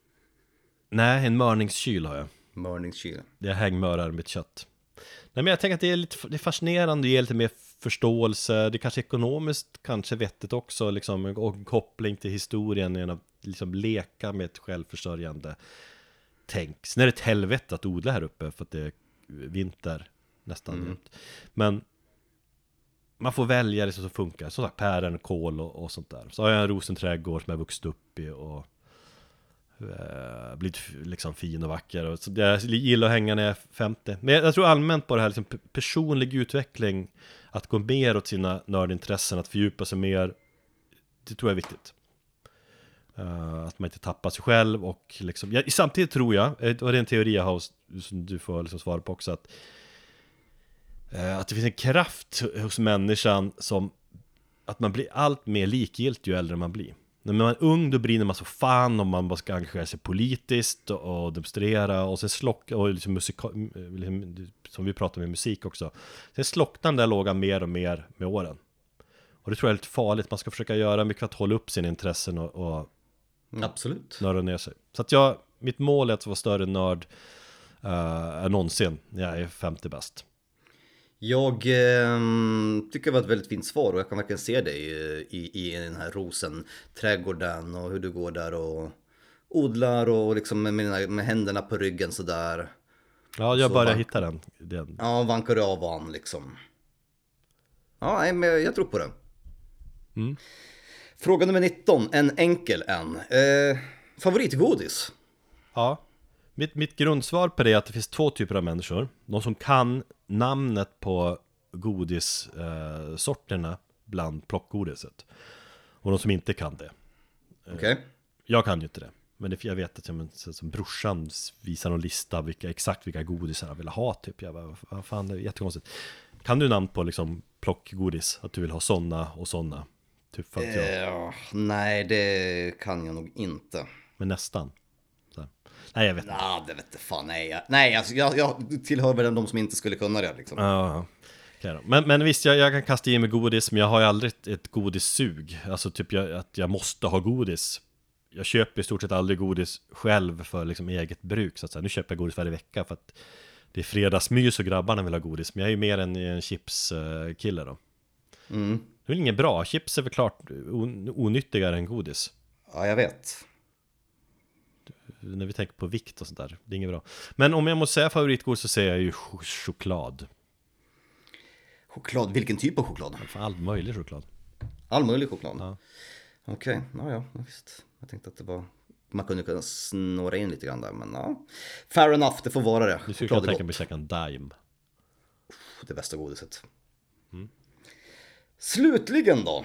Nej, en mörningskyl har jag. Mörningskyl. Jag hängmörar mitt kött. Nej, men jag tänker att det är lite det är fascinerande, det ger lite mer förståelse. Det är kanske ekonomiskt, kanske vettigt också liksom, och en koppling till historien genom att liksom leka med ett självförsörjande tänk. Sen är det ett helvete att odla här uppe för att det är vinter nästan Mm. ut. Men man får välja det som funkar. Som sagt, päron, kål och, och sånt där. Så har jag en rosenträdgård som jag vuxit upp i och eh, blivit liksom fin och vacker. Och så jag gillar att hänga när jag är femtio. Men jag, jag tror allmänt på det här liksom, pe- personlig utveckling. Att gå mer åt sina nördintressen, att fördjupa sig mer. Det tror jag är viktigt. Uh, att man inte tappar sig själv och liksom, ja, samtidigt tror jag, och det är en teori jag har som du får liksom svara på också, att uh, att det finns en kraft hos människan som att man blir allt mer likgiltig ju äldre man blir. När man är ung då brinner man så fan om man bara ska engagera sig politiskt och, och demonstrera och sen slocka och liksom musika, liksom, som vi pratar med musik också. Sen slocknar den där lågan mer och mer med åren. Och det tror jag är lite farligt. Man ska försöka göra mycket för att hålla upp sina intressen och, och Absolut. nörda ner sig. Så att jag, mitt mål är att vara större nörd uh, än någonsin när jag är femtio bäst. Jag eh, tycker det var ett väldigt fint svar och jag kan verkligen se dig i, i, i den här rosenträdgården och hur du går där och odlar och liksom med, med, med händerna på ryggen sådär. Ja, jag Så börjar vank- hitta den, den. Ja, vankar du av van liksom. Ja, nej, men jag, jag tror på det. Mm. Fråga nummer nitton, en enkel en. Eh, favoritgodis? Ja, mitt, mitt grundsvar på det är att det finns två typer av människor. De som kan namnet på godissorterna bland plockgodiset. Och de som inte kan det. Okej. Okay. Jag kan ju inte det. Men det, jag vet att jag, men, som brorsan visar någon lista vilka, exakt vilka godisar han vill ha. Typ. Jag bara, vad fan, det är jättekonstigt. Kan du namn på liksom plockgodis? Att du vill ha såna och såna? Typ för att jag... uh, nej, det kan jag nog inte. Men nästan. Så. Nej, jag vet inte. Nah, det vet jag fan. Nej, jag, nej alltså, jag, jag tillhör väl de som inte skulle kunna det. Liksom. Ja, okay då. Men, men visst, jag, jag kan kasta i mig godis. Men jag har ju aldrig ett, ett godissug. Alltså typ jag, att jag måste ha godis. Jag köper i stort sett aldrig godis själv för liksom eget bruk. Så att säga. Nu köper jag godis varje vecka för att det är fredagsmys och grabbarna vill ha godis. Men jag är ju mer en, en chipskille då. Mm. Det är väl inget bra. Chips är väl klart onyttigare än godis. Ja, jag vet. När vi tänker på vikt och sånt där. Det är inget bra. Men om jag måste säga favoritgodis så säger jag ju ch- choklad. Choklad? Vilken typ av choklad? All möjlig choklad. All möjlig choklad? Ja. Okej, okay. ja, ja, visst. Jag tänkte att det var... Man kunde kunna snåra in lite grann där, men ja. Fair enough, det får vara det. Du skulle kunna tänka mig käka en Daim. Det bästa godiset. Mm. Slutligen då.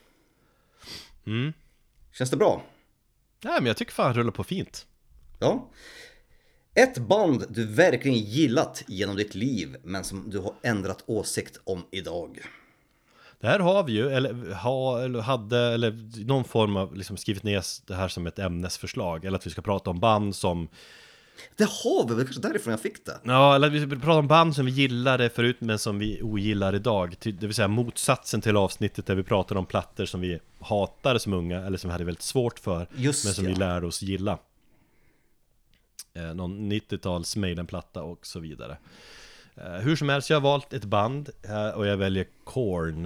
Mm. Känns det bra? Nej, men jag tycker fan rullar på fint. Ja. Ett band du verkligen gillat genom ditt liv, men som du har ändrat åsikt om idag. Det här har vi ju, eller, ha, eller hade, eller någon form av liksom skrivit ner det här som ett ämnesförslag. Eller att vi ska prata om band som... Det har vi väl, kanske därifrån jag fick det. Ja, eller vi pratar om band som vi gillade förut men som vi ogillar idag. Det vill säga motsatsen till avsnittet där vi pratade om plattor som vi hatade som unga eller som vi hade väldigt svårt för. Just men som ja. vi lärde oss gilla. Eh, någon nittio-tals Maiden-platta och så vidare. Eh, hur som helst, jag har valt ett band eh, och jag väljer Korn.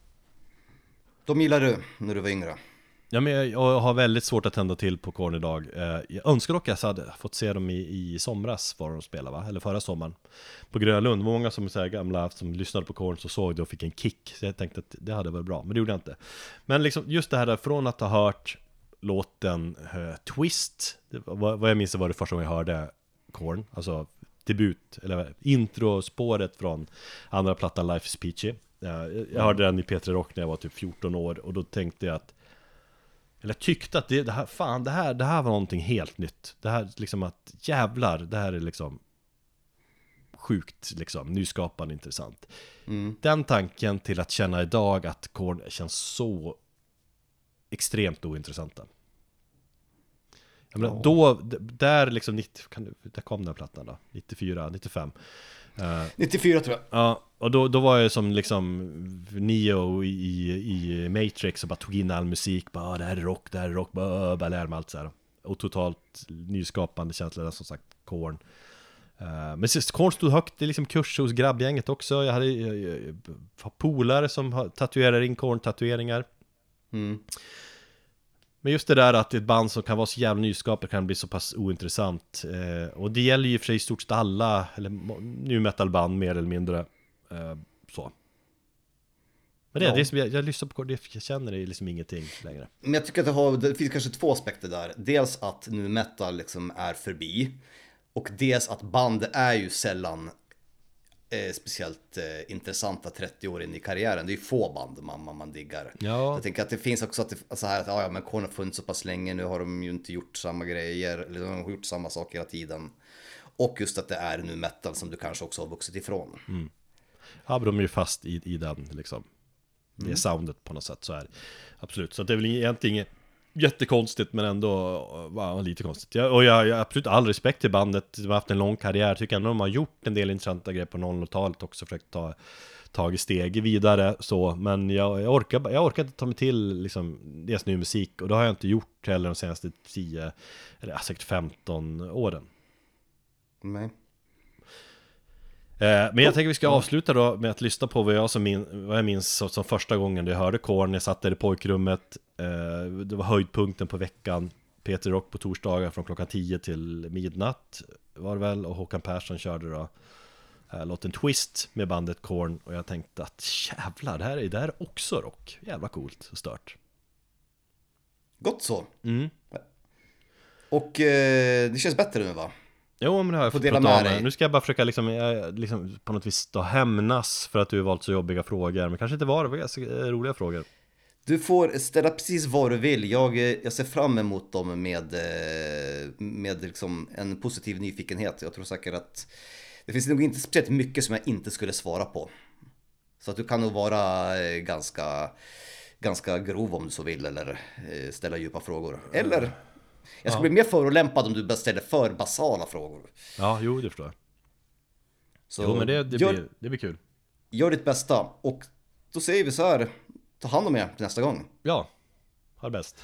De gillar du när du var yngre. Ja, men jag, jag har väldigt svårt att tända till på Korn idag. eh, Jag önskar dock att jag hade fått se dem i, i somras var de spelade, va? Eller förra sommaren på Grönlund. Många som så här gamla som lyssnade på Korn så såg det och fick en kick. Så jag tänkte att det hade varit bra, men det gjorde jag inte. Men liksom just det här där, från att ha hört låten uh, Twist, det, vad, vad jag minns var det första gången jag hörde Korn. Alltså debut, eller introspåret från andra plattan Life is Peachy. uh, Jag hörde den i P tre Rock när jag var typ fjorton år. Och då tänkte jag att Eller jag tyckte att det, det här, fan, det här, det här var någonting helt nytt. Det här liksom att, jävlar, det här är liksom sjukt, liksom, nyskapande, intressant. Mm. Den tanken till att känna idag att Korn känns så extremt ointressanta. Jag menar, Ja. då, där liksom, nittio, kan du, där kom den här plattan då, nittiofyra, nittiofem. Uh, nittiofyra tror jag. Ja, och då, då var jag som liksom Neo i, i Matrix och bara tog in all musik, bara ah, det här är rock, det här är rock, bara, bara lär mig allt så här. Och totalt nyskapande känsla, som sagt, Korn. Uh, men Korn stod högt, det är liksom kurs hos grabbgänget också. Jag hade jag, jag, jag, polare som tatuerar in Korn-tatueringar. Mm. Men just det där att ett band som kan vara så jävla nyskapande kan bli så pass ointressant. Eh, och det gäller ju för sig i stort sett alla, eller nu metalband mer eller mindre. Eh, så. Men det, Ja. det är som jag, jag lyssnar på, det, jag känner det liksom ingenting längre. Men jag tycker att det, har, det finns kanske två aspekter där. Dels att nu metal liksom är förbi. Och dels att band är ju sällan eh, speciellt eh, intressanta trettio år in i karriären. Det är ju få band man, man, man diggar. Ja. Jag tänker att det finns också att det, så här att ja, ja, men Korn har funnits så pass länge. Nu har de ju inte gjort samma grejer. Eller de har gjort samma saker hela tiden. Och just att det är nu metal som du kanske också har vuxit ifrån. Mm. Ja, men de är ju fast i, i den liksom. Det är Mm. soundet på något sätt, så är absolut. Så det är väl egentligen jättekonstigt, men ändå wow, lite konstigt. Jag, och jag har absolut all respekt till bandet. De har haft en lång karriär. Jag tycker ändå de har gjort en del intressanta grejer på nolltalet också. Försökt ta tagit steg vidare så. Men jag, jag, orkar, jag orkar inte ta mig till liksom, deras ny musik. Och det har jag inte gjort heller de senaste tio eller säkert femton åren. Nej. Men jag tänker vi ska avsluta då med att lyssna på vad jag, som min, vad jag minns som, som första gången jag hörde Korn. Jag satt där i pojkrummet. Det var höjdpunkten på veckan. P tre Rock på torsdagar från klockan tio till midnatt var det väl. Och Håkan Persson körde då låten Twist med bandet Korn. Och jag tänkte att jävlar, det här är, det här är också rock. Jävla coolt och stört. Gott så. Mm. Och eh, det känns bättre nu, va? Jo, men det har jag Får fått dela prata med om. dig. Nu ska jag bara försöka liksom, eh, liksom på något vis då hämnas för att du har valt så jobbiga frågor. Men kanske inte var det, var ganska eh, roliga frågor. Du får ställa precis vad du vill. Jag, eh, jag ser fram emot dem med, eh, med liksom en positiv nyfikenhet. Jag tror säkert att det finns nog inte speciellt mycket som jag inte skulle svara på. Så att du kan nog vara eh, ganska, ganska grov om du så vill, eller eh, ställa djupa frågor. Eller, jag skulle Ja. bli mer förolämpad om du bara ställer för basala frågor. Ja, jo, det förstår jag. Så Jo, men det, det, gör, blir, det blir kul. gör ditt bästa, och då säger vi så här: ta hand om er till nästa gång. Ja, ha det bäst.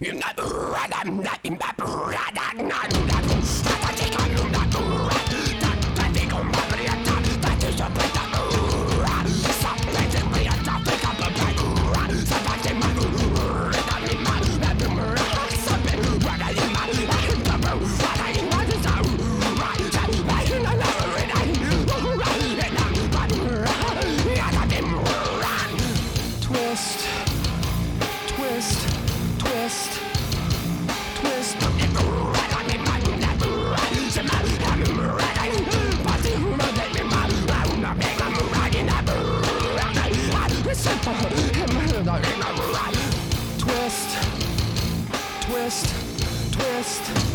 Twist, twist, twist, twist. Twist, twist, twist.